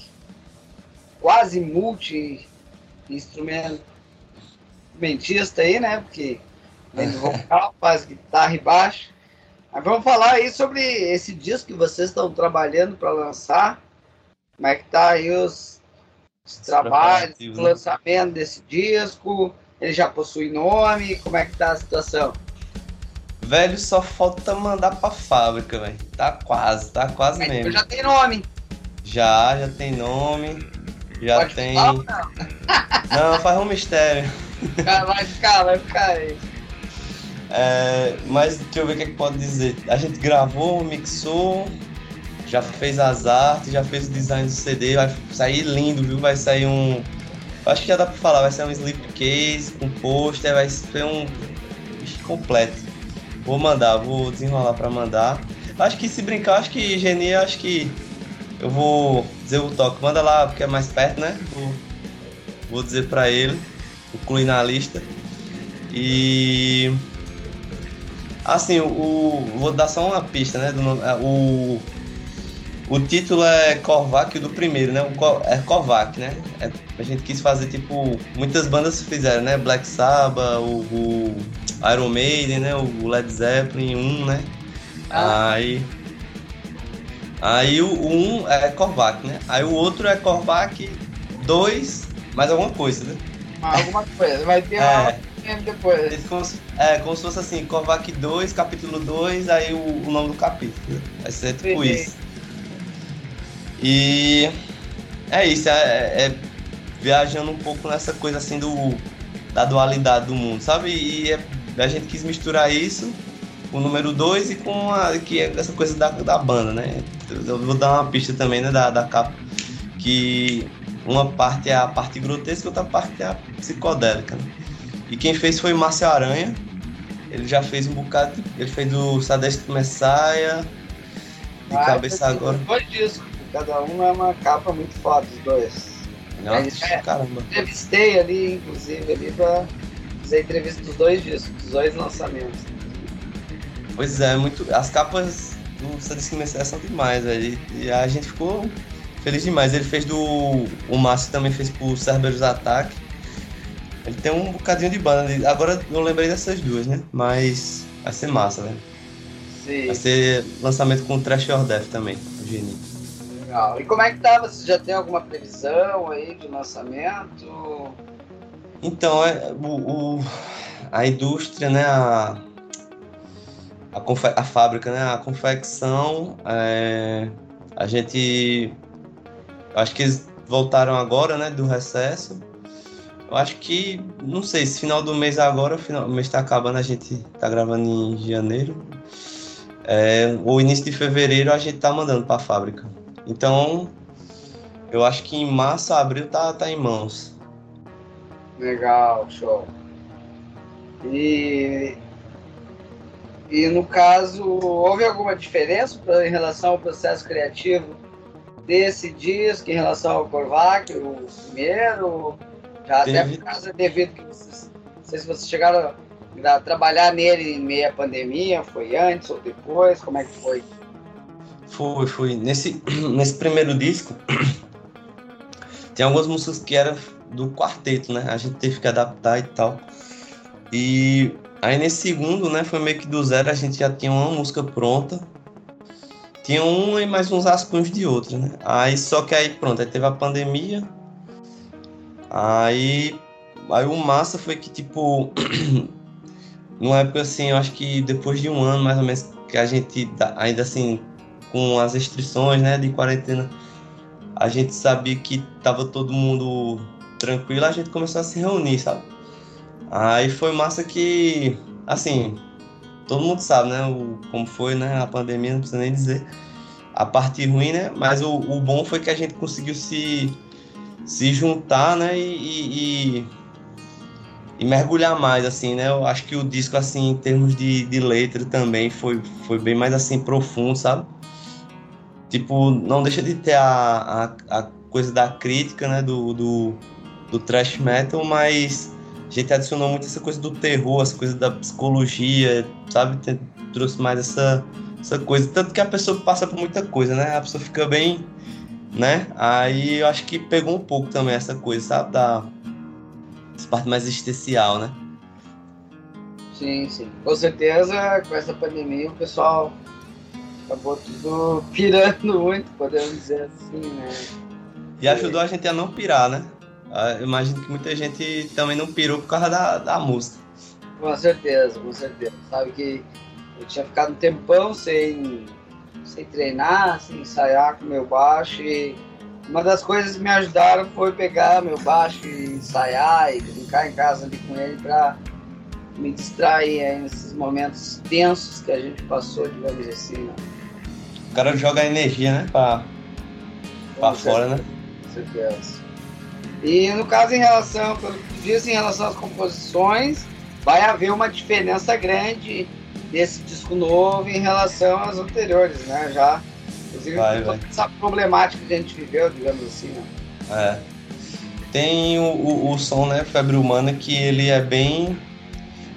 quase multi-instrumentista aí, né? Porque vem do vocal, faz guitarra e baixo. Mas vamos falar aí sobre esse disco que vocês estão trabalhando para lançar. Como é que tá aí os, os trabalhos, o lançamento desse disco? Ele já possui nome? Como é que tá a situação? Velho, só falta mandar pra fábrica, velho. Tá quase, tá quase Mas mesmo. já tem nome. Já, já tem nome. Já Pode tem. falar, não? Não, faz um mistério. Vai ficar, vai ficar aí. É, mas deixa eu ver o que é que pode dizer. A gente gravou, mixou, já fez as artes, já fez o design do C D. Vai sair lindo, viu? Vai sair um. Acho que já dá pra falar, vai sair um slipcase com pôster, vai ser um bicho completo. Vou mandar, vou desenrolar pra mandar. Acho que se brincar, acho que Geni, acho que eu vou dizer o toque. Manda lá, porque é mais perto, né? Vou, vou dizer pra ele, incluir na lista. E Assim, o, o- vou dar só uma pista, né? Do nome, é, o, o título é Korvac, o do primeiro, né? O, Ko- é Korvac, né? É, a gente quis fazer, tipo, muitas bandas fizeram, né? Black Sabbath, o, o Iron Maiden, né? O Led Zeppelin um, né? Ah. Aí, aí o, o um é Korvac, né? Aí o outro é Korvac dois, mais alguma coisa, né? Alguma coisa, vai ter É. uma depois. Ele como se- É, como se fosse assim, Korvac dois, capítulo dois, aí o, o nome do capítulo, né? Vai ser tipo Sim. isso. E é isso, é, é viajando um pouco nessa coisa assim do, da dualidade do mundo, sabe? E é- a gente quis misturar isso, o número dois, e com a, que é essa coisa da, da banda, né? Eu vou dar uma pista também, né, da, da capa, que uma parte é a parte grotesca e outra parte é a psicodélica, né? E quem fez foi o Márcio Aranha. Ele já fez um bocado, de- ele fez do Sadistic Messiah, de Ah, cabeça assim, agora. Dois discos, cada um é uma capa muito foda, os dois. Nossa, É. caramba. Entrevistei ali, inclusive, ali pra fazer entrevista dos dois discos, dos dois lançamentos. Pois é, muito, as capas do Sadistic Messiah são demais, velho. E, e a gente ficou feliz demais. Ele fez do... O Márcio também fez pro Cerberus Attack. Ele tem um bocadinho de banda. ali. Agora eu lembrei dessas duas, né? Mas vai ser massa, velho. Sim, Vai ser lançamento com Trash or Death também, o Geni. legal. E como é que tá? Você já tem alguma previsão aí de lançamento? Então, é, o, o- a indústria, né, a, a, confe- a fábrica, né, a confecção, é, a gente, eu acho que eles voltaram agora, né, do recesso. Eu acho que, não sei, se final do mês agora, o, final, o mês está acabando, a gente tá gravando em janeiro, é, ou início de fevereiro a gente tá mandando para a fábrica. Então, eu acho que em março, abril tá, tá em mãos. Legal, show. E, e no caso, houve alguma diferença pra- em relação ao processo criativo desse disco em relação ao Korvac, o primeiro? Já até Teve. por causa devido que vocês, não sei se vocês chegaram a trabalhar nele em meio à pandemia, foi antes ou depois, como é que foi? Foi, foi. Nesse, nesse primeiro disco, tem algumas músicas que eram do quarteto, né? A gente teve que adaptar e tal. E aí nesse segundo, né, foi meio que do zero, a gente já tinha uma música pronta. Tinha uma e mais uns rascunhos de outra, né? Aí só que aí pronto, aí teve a pandemia. Aí, aí o massa foi que, tipo, numa época assim, eu acho que depois de um ano mais ou menos, que a gente tá- ainda assim, com as restrições, né, de quarentena, a gente sabia que tava todo mundo tranquilo, a gente começou a se reunir, sabe? Aí foi massa que, assim, todo mundo sabe, né, o, como foi, né, a pandemia, não precisa nem dizer. A parte ruim, né, mas o, o bom foi que a gente conseguiu se, se juntar, né, e, e, e, e mergulhar mais, assim, né. Eu acho que o disco, assim, em termos de, de letra também foi, foi bem mais, assim, profundo, sabe? Tipo, não deixa de ter a, a, a coisa da crítica, né, do, do, do thrash metal, mas a gente adicionou muito essa coisa do terror, essa coisa da psicologia, sabe? Tem- trouxe mais essa, essa coisa. Tanto que a pessoa passa por muita coisa, né? A pessoa fica bem, né? Aí eu acho que pegou um pouco também essa coisa, sabe? Da essa parte mais existencial, né? Sim, sim. Com certeza, com essa pandemia, o pessoal acabou tudo pirando muito, podemos dizer assim, né? E ajudou a gente a não pirar, né? Ah, eu imagino que muita gente também não pirou por causa da, da música. Com certeza, com certeza. Sabe que eu tinha ficado um tempão sem, sem treinar, sem ensaiar com meu baixo, e uma das coisas que me ajudaram foi pegar meu baixo e ensaiar e brincar em casa ali com ele para me distrair aí nesses momentos tensos que a gente passou, digamos assim, né? O cara joga energia, né? Pra, pra Com fora, né? Com certeza. E no caso, em relação, pelo que tu diz, em relação às composições, vai haver uma diferença grande desse disco novo em relação às anteriores, né? Já, inclusive, Vai, toda vai. essa problemática que a gente viveu, digamos assim, né? É. Tem o, o, o som, né? Febre Humana, que ele é bem.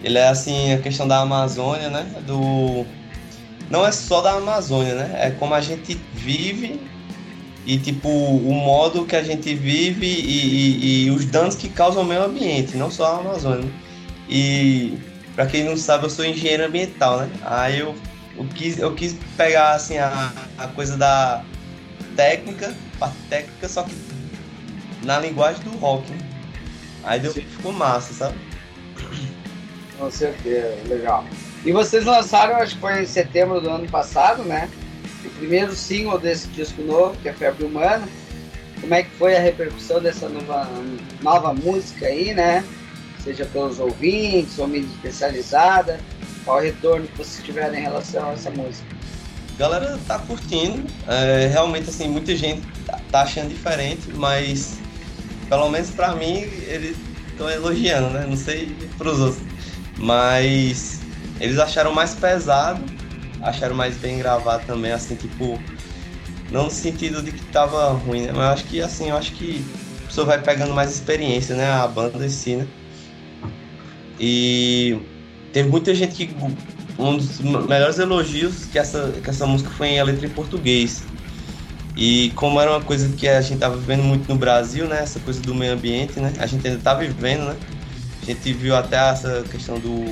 Ele é assim, a questão da Amazônia, né? Do... Não é só da Amazônia, né? É como a gente vive e, tipo, o modo que a gente vive e, e, e os danos que causam ao meio ambiente, não só a Amazônia. E, pra quem não sabe, eu sou engenheiro ambiental, né? Aí eu, eu, quis, eu quis pegar, assim, a, a coisa da técnica, parte técnica, só que na linguagem do rock, né? Aí deu, ficou massa, sabe? Com certeza, legal. E vocês lançaram, acho que foi em setembro do ano passado, né? O primeiro single desse disco novo, que é Febre Humana. Como é que foi a repercussão dessa nova, nova música aí, né? Seja pelos ouvintes, ou mídia especializada. Qual o retorno que vocês tiveram em relação a essa música? A galera tá curtindo. É, realmente, assim, muita gente tá achando diferente, mas pelo menos pra mim, eles estão elogiando, né? Não sei pros outros. Mas eles acharam mais pesado, acharam mais bem gravado também, assim, tipo, não no sentido de que tava ruim, né? Mas eu acho que, assim, eu acho que a pessoa vai pegando mais experiência, né? A banda em si, né? E teve muita gente que... Um dos melhores elogios que essa, que essa música foi em a letra em português. E como era uma coisa que a gente tava vivendo muito no Brasil, né? Essa coisa do meio ambiente, né? A gente ainda tá vivendo, né? A gente viu até essa questão do,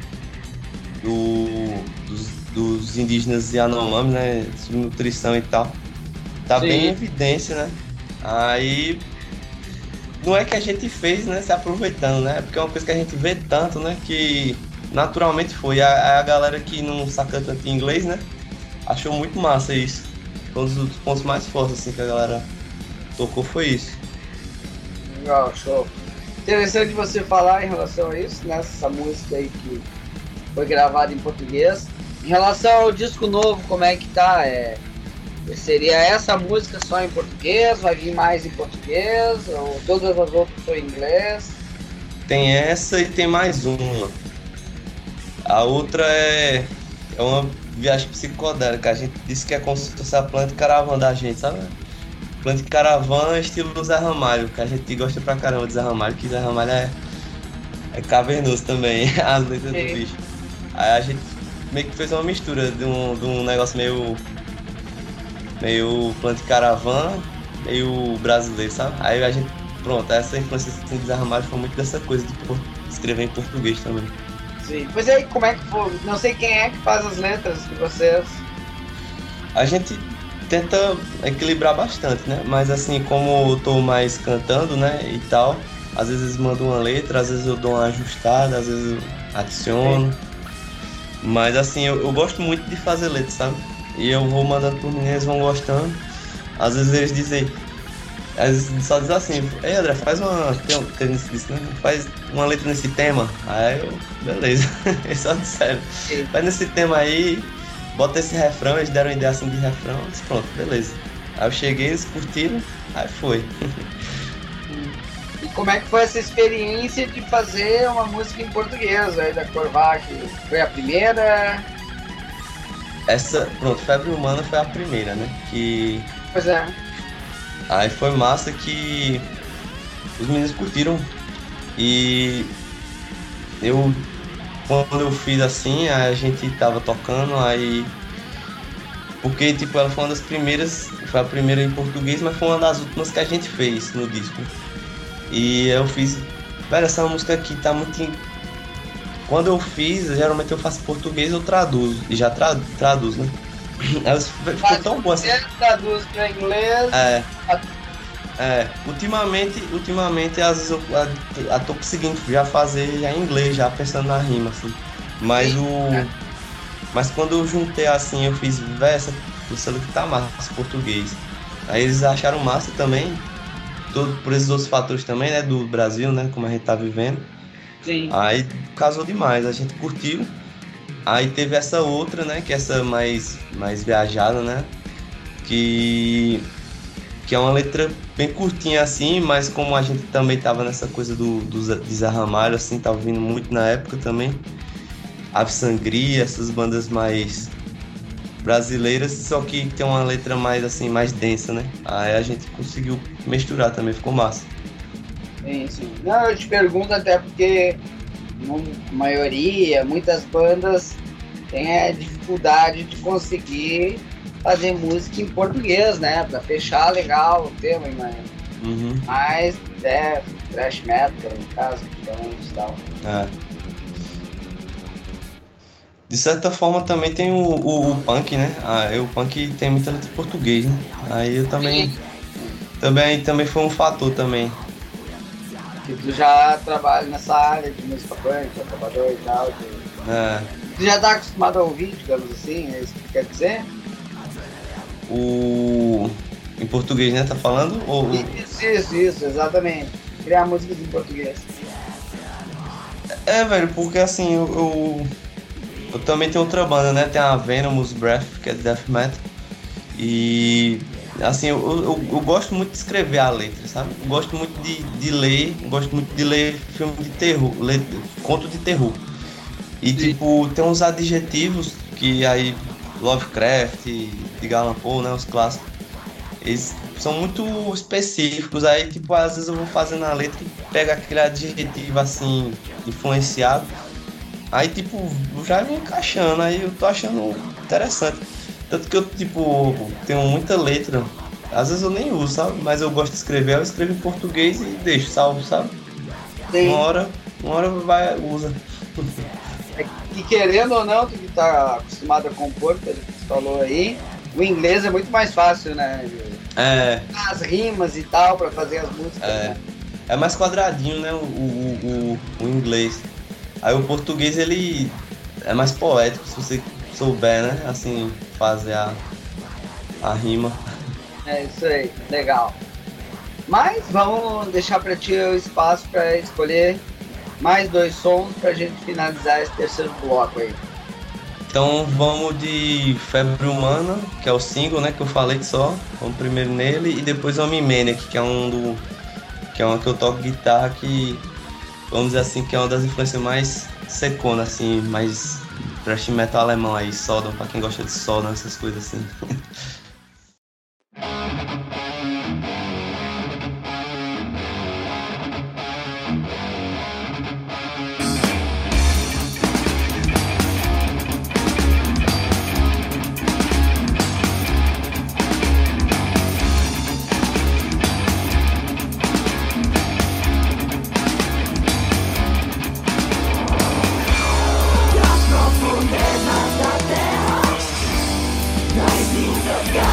do dos, dos indígenas Yanomami, né? Subnutrição e tal. Tá Sim. bem em evidência, né? Aí não é que a gente fez, né? Se aproveitando, né? Porque é uma coisa que a gente vê tanto, né? Que naturalmente foi. A, a galera que não saca tanto inglês, né? Achou muito massa isso. Foi um dos pontos mais fortes assim, que a galera tocou, foi isso. Legal, show. Interessante você falar em relação a isso, né? Essa música aí que foi gravada em português. Em relação ao disco novo, como é que tá? É, seria essa música só em português? Vai vir mais em português? Ou todas as outras são em inglês? Tem essa e tem mais uma. A outra é, é uma viagem psicodélica. A gente disse que é como se fosse a Planet Caravan da gente, sabe? Planet Caravan estilo Zé Ramalho, que a gente gosta pra caramba de Zé Ramalho, que Zé Ramalho é, é cavernoso também, as letras do bicho. Aí a gente meio que fez uma mistura de um, de um negócio meio meio Planet Caravan, meio brasileiro, sabe? Aí a gente, pronto, essa influência assim, de Zé Ramalho foi muito dessa coisa de escrever em português também. Sim, pois aí como é que foi? Não sei quem é que faz as letras de vocês. A gente tenta equilibrar bastante, né? Mas assim, como eu tô mais cantando, né, e tal, às vezes mando uma letra, às vezes eu dou uma ajustada, às vezes eu adiciono. Sim. Mas assim, eu, eu gosto muito de fazer letra, sabe? E eu vou mandando por mim, eles vão gostando. Às vezes eles dizem, às vezes só dizem assim, ei André, faz uma. Tem, tem isso, né? Faz uma letra nesse tema. Aí eu, beleza, eles só disseram, faz nesse tema aí. Bota esse refrão, eles deram ideia assim de refrão, disse, pronto, beleza. Aí eu cheguei, eles curtiram, aí foi. E como é que foi essa experiência de fazer uma música em português aí da Corvac? Foi a primeira? Essa, pronto, Febre Humana foi a primeira, né? Que... Pois é. Aí foi massa que os meninos curtiram e eu... Quando eu fiz assim, a gente tava tocando, aí... Porque, tipo, ela foi uma das primeiras... Foi a primeira em português, mas foi uma das últimas que a gente fez no disco. E eu fiz... Velho, essa música aqui tá muito... In... Quando eu fiz, geralmente eu faço português ou traduzo. E já tra... traduzo, né? Ela ficou tão boa assim. Traduz pra inglês... É... É, ultimamente, ultimamente às vezes eu, eu, eu tô conseguindo já fazer já em inglês, já pensando na rima, assim. Mas o. Mas quando eu juntei assim, eu fiz, véi, essa música que tá massa, português. Aí eles acharam massa também, todo, por esses outros fatores também, né, do Brasil, né, como a gente tá vivendo. Sim. Aí casou demais, a gente curtiu. Aí teve essa outra, né, que é essa mais, mais viajada, né, que. Que é uma letra bem curtinha assim, mas como a gente também tava nessa coisa do, do de Zé Ramalho, assim, tava vindo muito na época também. Ave Sangria, essas bandas mais brasileiras, só que tem uma letra mais assim, mais densa, né? Aí a gente conseguiu misturar também, ficou massa. Sim, sim. Não, eu te pergunto até porque a maioria, muitas bandas têm a dificuldade de conseguir fazer música em português, né? Pra fechar legal o tema, né? Uhum. Mas é thrash metal, no caso, principalmente e tal. É. De certa forma também tem o, o, o punk, né? Ah, o punk tem muita letra em português, né? Aí eu também, também, também foi um fator também. Que tu já trabalha nessa área de música punk, é trabalhador e tal. De... É. Tu já tá acostumado a ouvir, digamos assim, é isso que tu quer dizer? O... Em português, né? Tá falando? Ou... Isso, isso, isso, exatamente. Criar músicas em português. É, velho, porque assim, eu, eu, eu também tenho outra banda, né? Tem a Venomous Breath, que é de death metal. E assim, eu, eu, eu gosto muito de escrever a letra, sabe? Eu gosto muito de, de ler, eu gosto muito de ler filme de terror, ler conto de terror. E tipo, tem uns adjetivos que aí Lovecraft, Edgar Allan Poe, né, os clássicos, eles são muito específicos. Aí tipo, às vezes eu vou fazendo a letra e pego aquele adjetivo assim, influenciado. Aí tipo, já vem encaixando, aí eu tô achando interessante. Tanto que eu tipo, tenho muita letra, às vezes eu nem uso, sabe? Mas eu gosto de escrever, eu escrevo em português e deixo salvo, sabe? Sim. Uma hora, uma hora vai, usa. E querendo ou não, tu que tá acostumado a compor, pelo que tu falou aí, o inglês é muito mais fácil, né? É. As rimas e tal, pra fazer as músicas. É, né? é mais quadradinho, né, o, o, o, o inglês. Aí o português, ele é mais poético, se você souber, né, assim, fazer a, a rima. É isso aí, legal. Mas vamos deixar pra ti o espaço pra escolher mais dois sons pra gente finalizar esse terceiro bloco aí. Então vamos de Febre Humana, que é o single, né, que eu falei só. Vamos primeiro nele e depois Homem Maniac, que é um do que é uma que eu toco guitarra, que vamos dizer assim, que é uma das influências mais secona, assim, mais thrash metal alemão aí, Sodom, pra quem gosta de Sodom, essas coisas assim. Profundezas da terra, nas linhas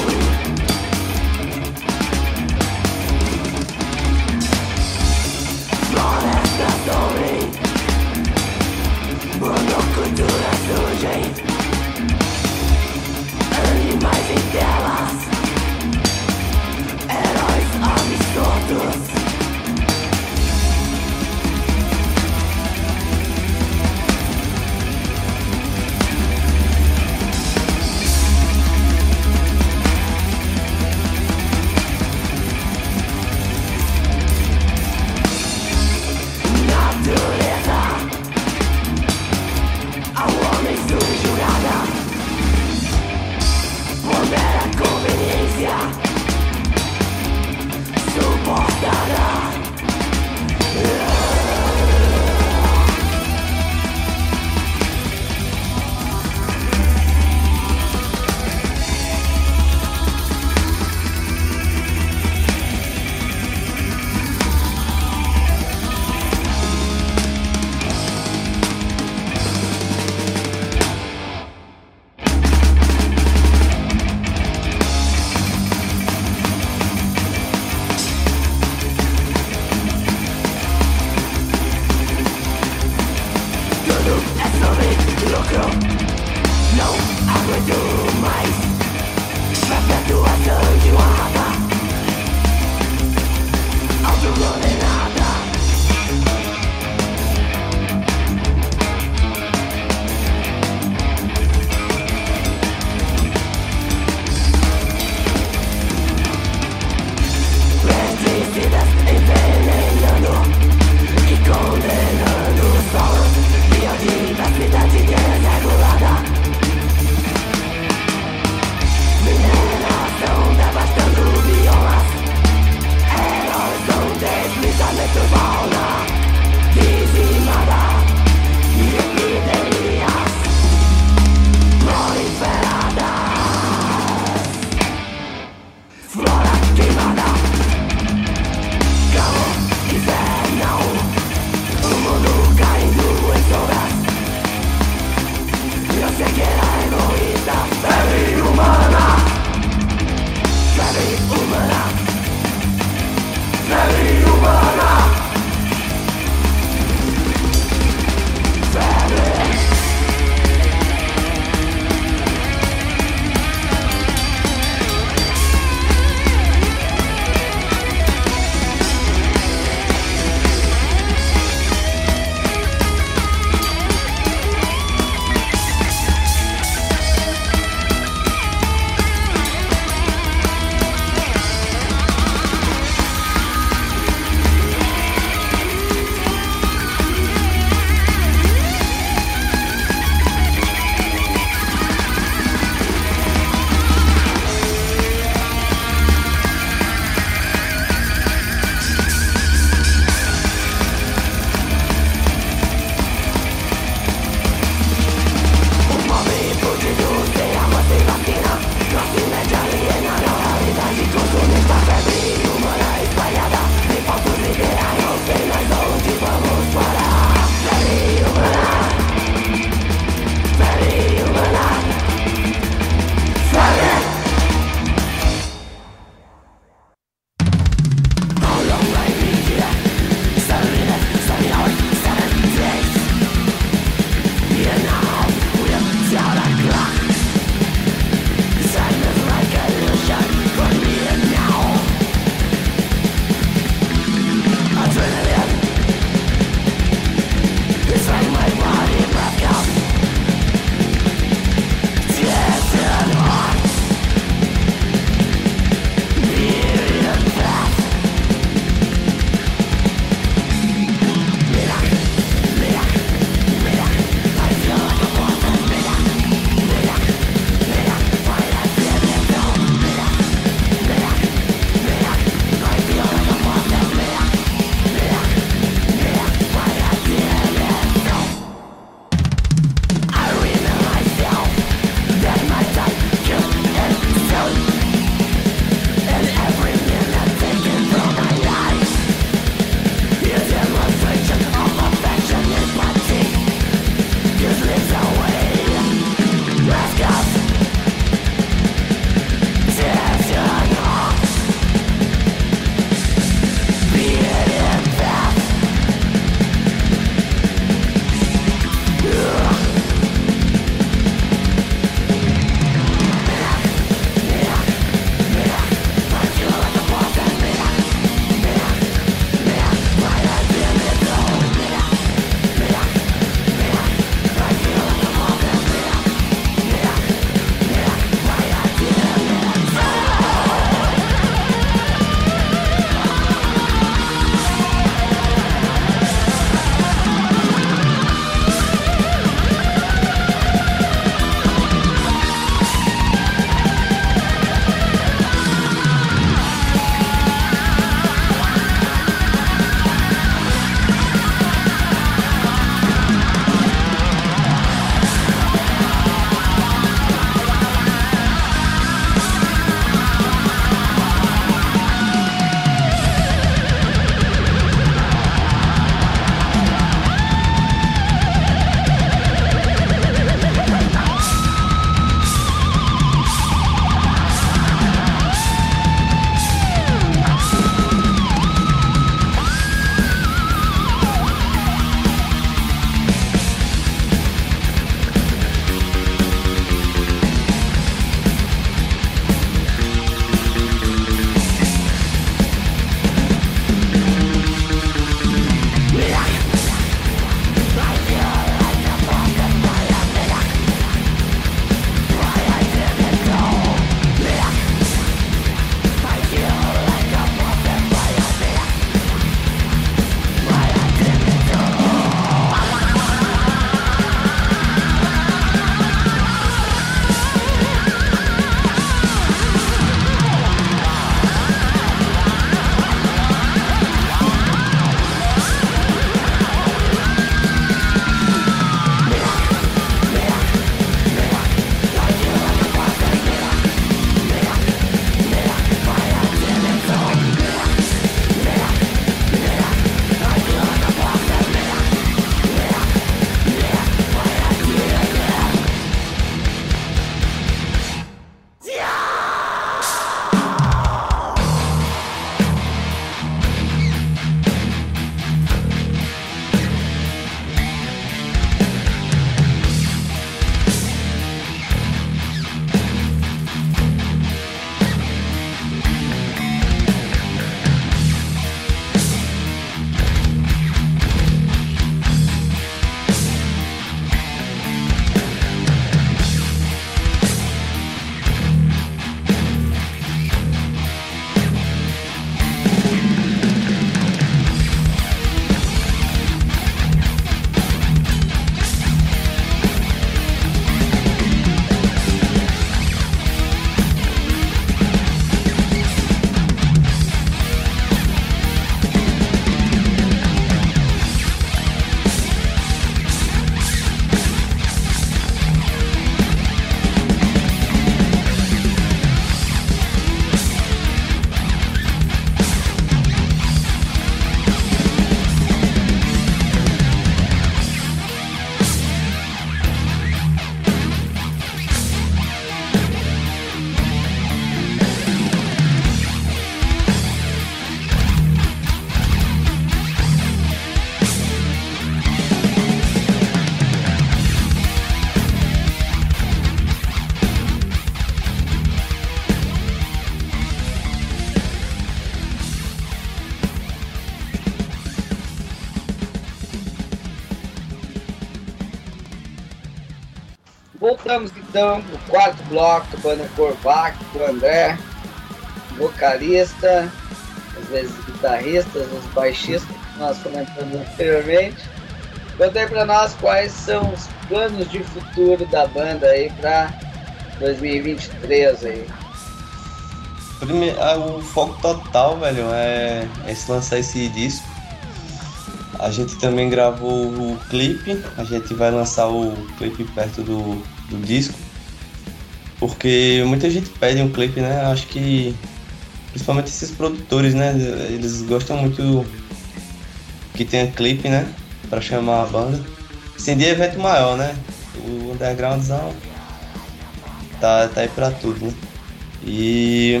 voltamos então pro quarto bloco, banda Corvac, com o André, vocalista, às vezes guitarrista, às vezes baixista, que nós comentamos anteriormente. Conta aí pra nós quais são os planos de futuro da banda aí pra dois mil e vinte e três aí. Primeiro, o foco total, velho, é, é se lançar esse disco. A gente também gravou o clipe, a gente vai lançar o clipe perto do, do disco, porque muita gente pede um clipe, né? Acho que principalmente esses produtores, né? Eles gostam muito que tenha clipe, né? Pra chamar a banda. Assim, de evento maior, né? O undergroundzão tá, tá aí pra tudo, né? E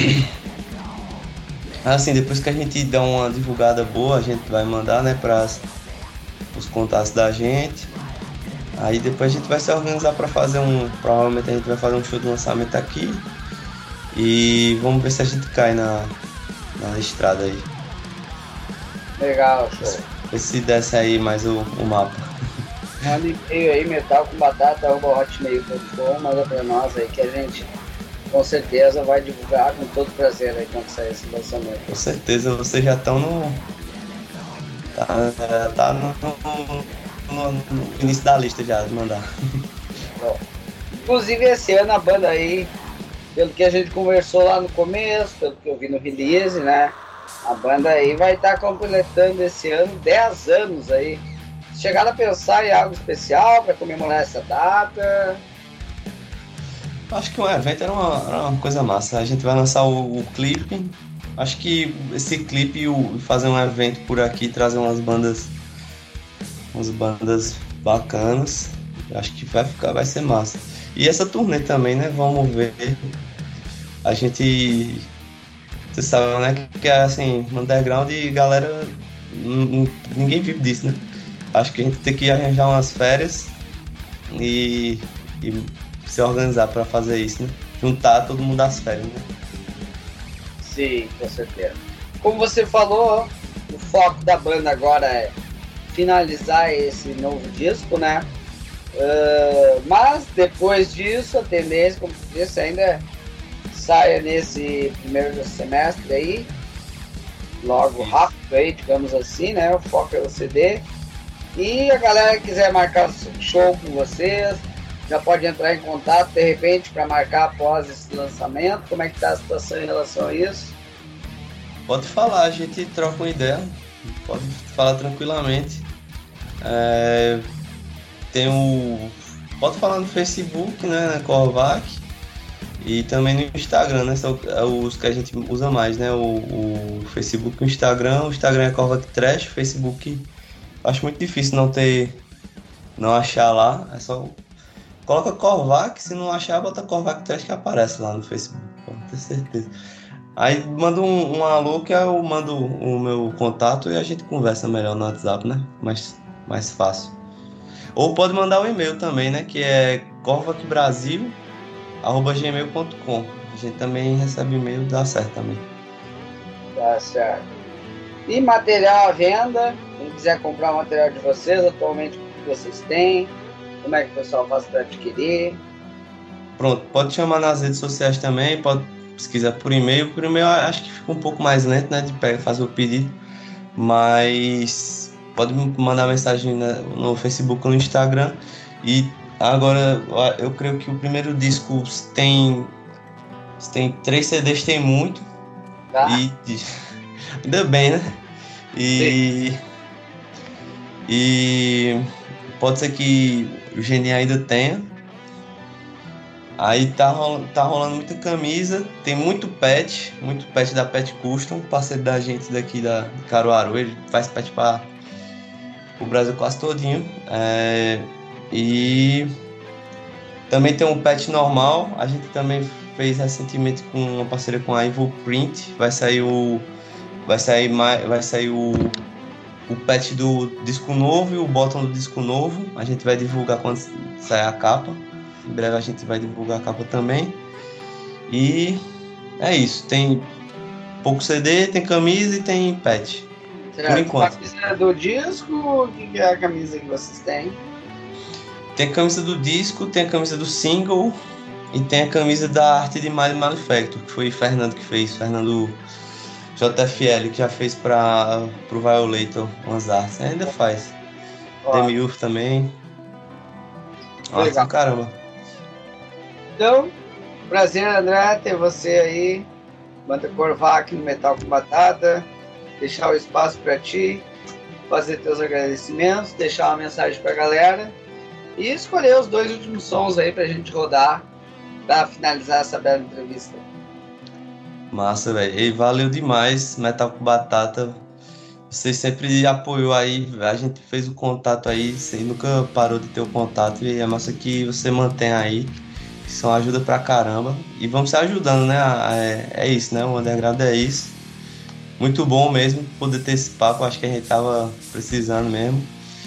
assim, depois que a gente dá uma divulgada boa, a gente vai mandar, né, para os contatos da gente. Aí depois a gente vai se organizar para fazer um, provavelmente a gente vai fazer um show de lançamento aqui. E vamos ver se a gente cai na, na estrada aí. Legal, show. Ver se desce aí mais o, o mapa. Manda e-mail aí, metal com batata, arroba hotmail ponto com, manda pra nós aí que a gente com certeza vai divulgar com todo prazer aí quando sair esse lançamento. Com certeza, vocês já estão no. Tá, tá no, no, no início da lista já de mandar. Bom, inclusive esse ano a banda aí, pelo que a gente conversou lá no começo, pelo que eu vi no release, né? A banda aí vai estar completando esse ano dez anos aí. Chegaram a pensar em algo especial para comemorar essa data? Acho que um evento era uma, era uma coisa massa. A gente vai lançar o, o clipe. Acho que esse clipe e fazer um evento por aqui, trazer umas bandas, umas bandas bacanas. Acho que vai ficar, vai ser massa. E essa turnê também, né? Vamos ver. A gente, você sabe, né? Que é assim, underground e galera, ninguém vive disso, né? Acho que a gente tem que arranjar umas férias e, e se organizar para fazer isso, né? Juntar todo mundo às férias, né? Sim, com certeza. Como você falou, o foco da banda agora é finalizar esse novo disco, né? Uh, mas depois disso, a tendência, como você disse, ainda saia nesse primeiro semestre aí, logo isso. Rápido aí, digamos assim, né? O foco é o C D. E a galera que quiser marcar show com vocês, já pode entrar em contato de repente para marcar após esse lançamento. Como é que tá a situação em relação a isso? Pode falar, a gente troca uma ideia, pode falar tranquilamente. É, tem o. Pode falar no Facebook, né, Corvac, e também no Instagram, né? São os que a gente usa mais, né? O, o Facebook e o Instagram. O Instagram é Corvac Trash, o Facebook. Acho muito difícil não ter. Não achar lá. É só. Coloca Corvac, se não achar, bota Corvac Trash que aparece lá no Facebook, pode ter certeza. Aí manda um, um alô que eu mando o meu contato e a gente conversa melhor no WhatsApp, né? Mais, mais fácil. Ou pode mandar um e-mail também, né? Que é corvacbrasil arroba gmail ponto com. A gente também recebe e-mail, dá certo também. Tá certo. E material à venda? Quem quiser comprar o material de vocês, atualmente o que vocês têm? Como é que o pessoal faz para adquirir? Pronto, pode chamar nas redes sociais também, pode pesquisar por e-mail. Por e-mail acho que fica um pouco mais lento, né? De pegar, fazer o pedido. Mas pode mandar mensagem no Facebook ou no Instagram. E agora, eu creio que o primeiro disco tem, tem três C Ds, tem muito. Tá. E ainda bem, né? E, e pode ser que o Geninho ainda tenha. Aí tá rolando, tá rolando muita camisa, tem muito pet, muito pet da Pet Custom, parceiro da gente daqui da Caruaru, ele faz pet para o Brasil quase todinho. É, e também tem um pet normal, a gente também fez recentemente com uma parceria com a Evil Print, vai sair o vai sair mais, vai sair o o pet do disco novo e o bottom do disco novo, a gente vai divulgar quando sair a capa. Em breve a gente vai divulgar a capa também. E é isso. Tem pouco C D, tem camisa e tem pet. Certo. Por enquanto. A camisa do disco, o que é a camisa que vocês têm? Tem a camisa do disco, tem a camisa do single e tem a camisa da arte de Mighty Manufacture, que foi o Fernando que fez, Fernando J F L, que já fez para o Violator umas artes, ainda faz. Demiurge também. Nossa, caramba. Então, prazer, André, ter você aí. Banda Corvac no Metal com Batata. Deixar o espaço para ti, fazer teus agradecimentos, deixar uma mensagem para a galera e escolher os dois últimos sons aí para a gente rodar para finalizar essa bela entrevista. Massa, velho. E valeu demais, Metal com Batata. Você sempre apoiou aí, a gente fez o contato aí, você nunca parou de ter o contato e é massa que você mantém aí. Isso ajuda pra caramba. E vamos se ajudando, né? É, é isso, né? O underground é isso. Muito bom mesmo poder ter esse papo, acho que a gente tava precisando mesmo.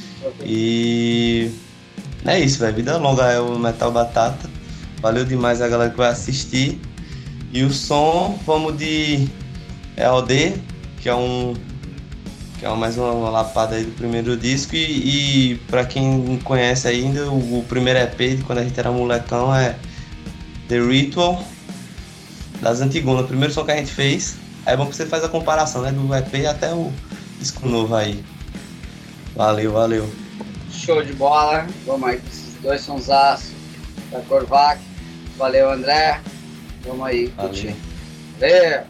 E é isso, velho. Vida longa é o Metal Batata. Valeu demais a galera que vai assistir. E o som, vamos de E O D, que é um que é mais uma, uma lapada aí do primeiro disco. E, e pra quem não conhece ainda, o, o primeiro E P de quando a gente era molecão é The Ritual, das Antigonas, o primeiro som que a gente fez. É bom que você faz a comparação, né, do E P até o disco novo aí. Valeu, valeu. Show de bola. Vamos aí com esses dois sonsaços da Corvac. Valeu, André. Vamos aí curtir. Valeu.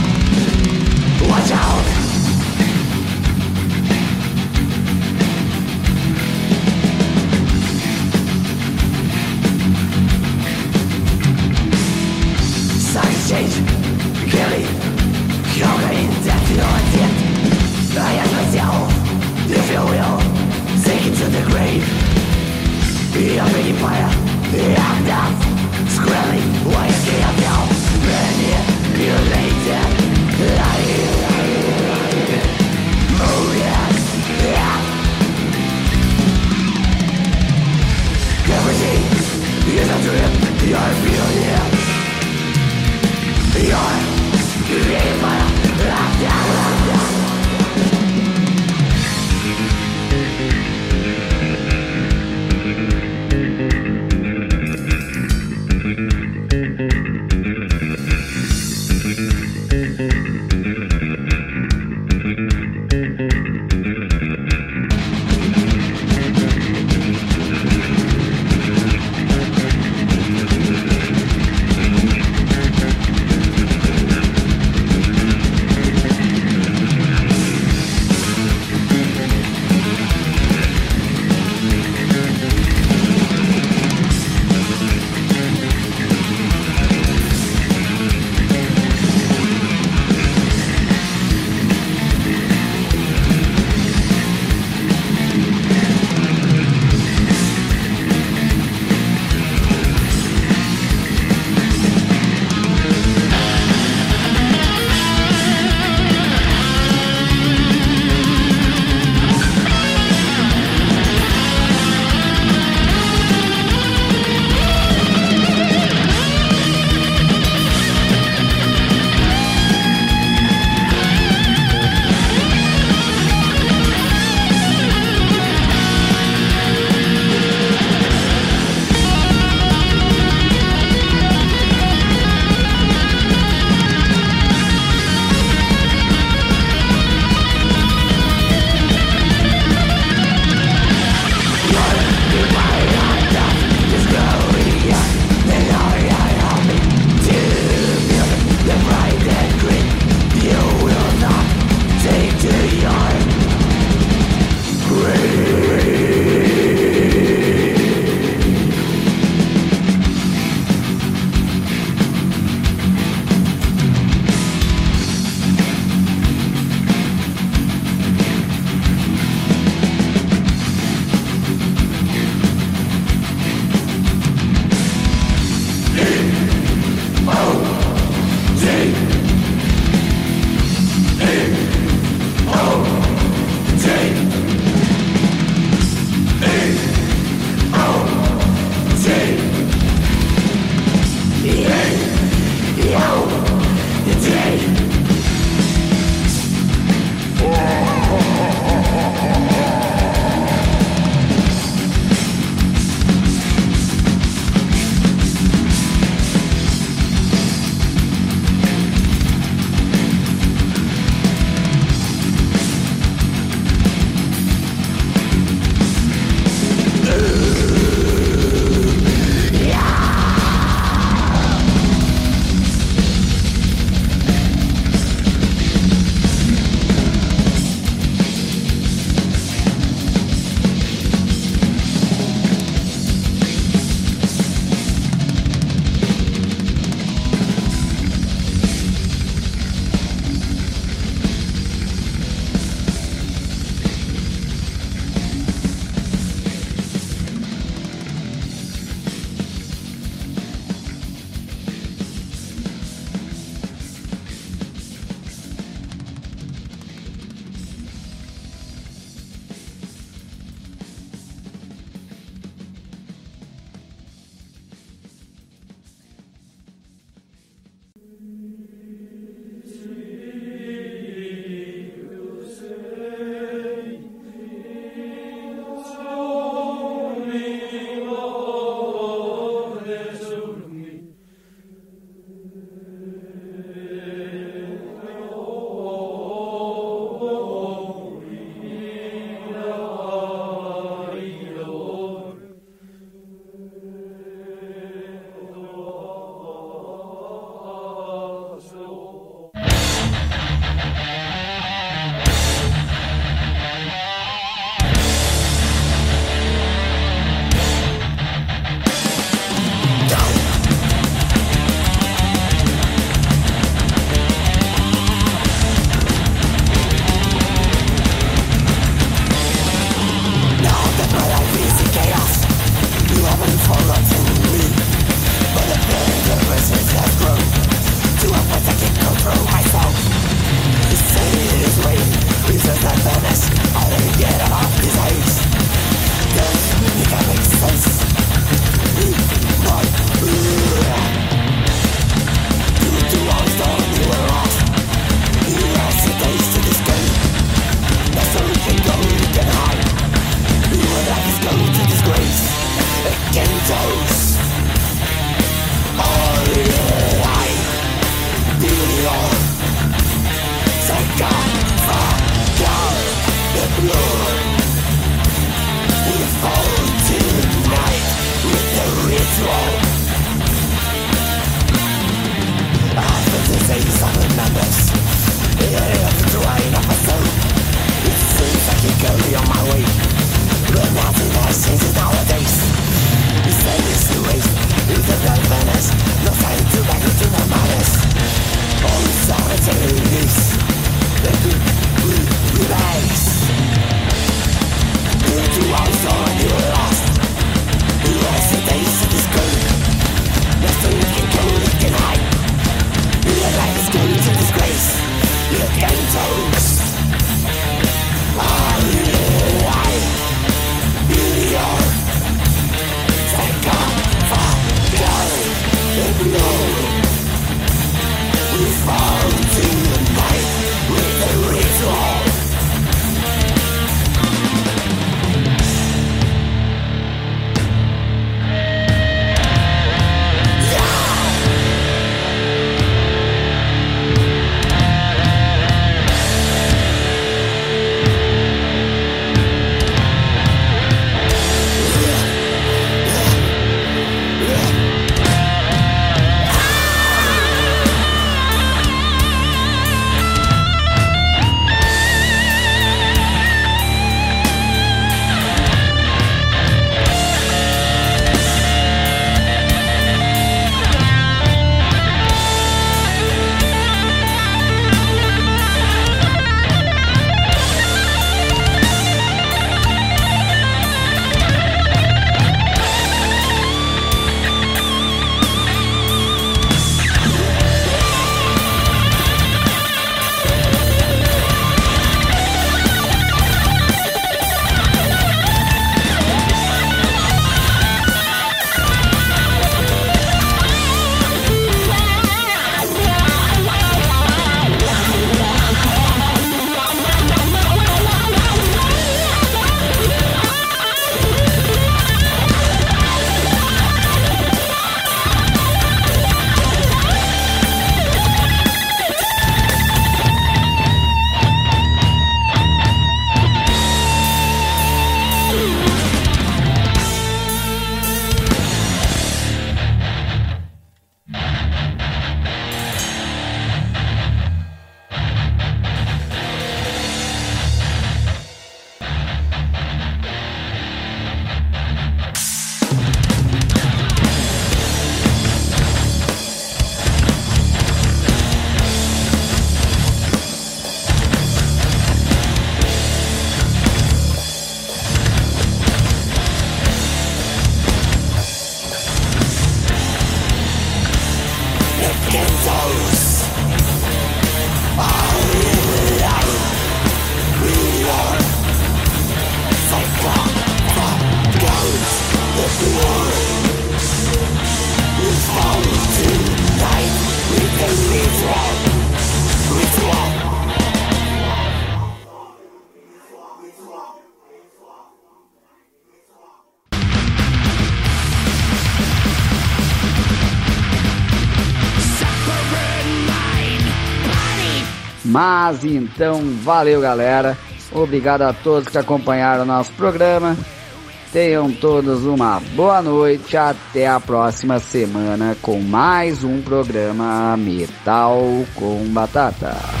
Mas então, valeu galera, obrigado a todos que acompanharam o nosso programa. Tenham todos uma boa noite, até a próxima semana com mais um programa Metal com Batata.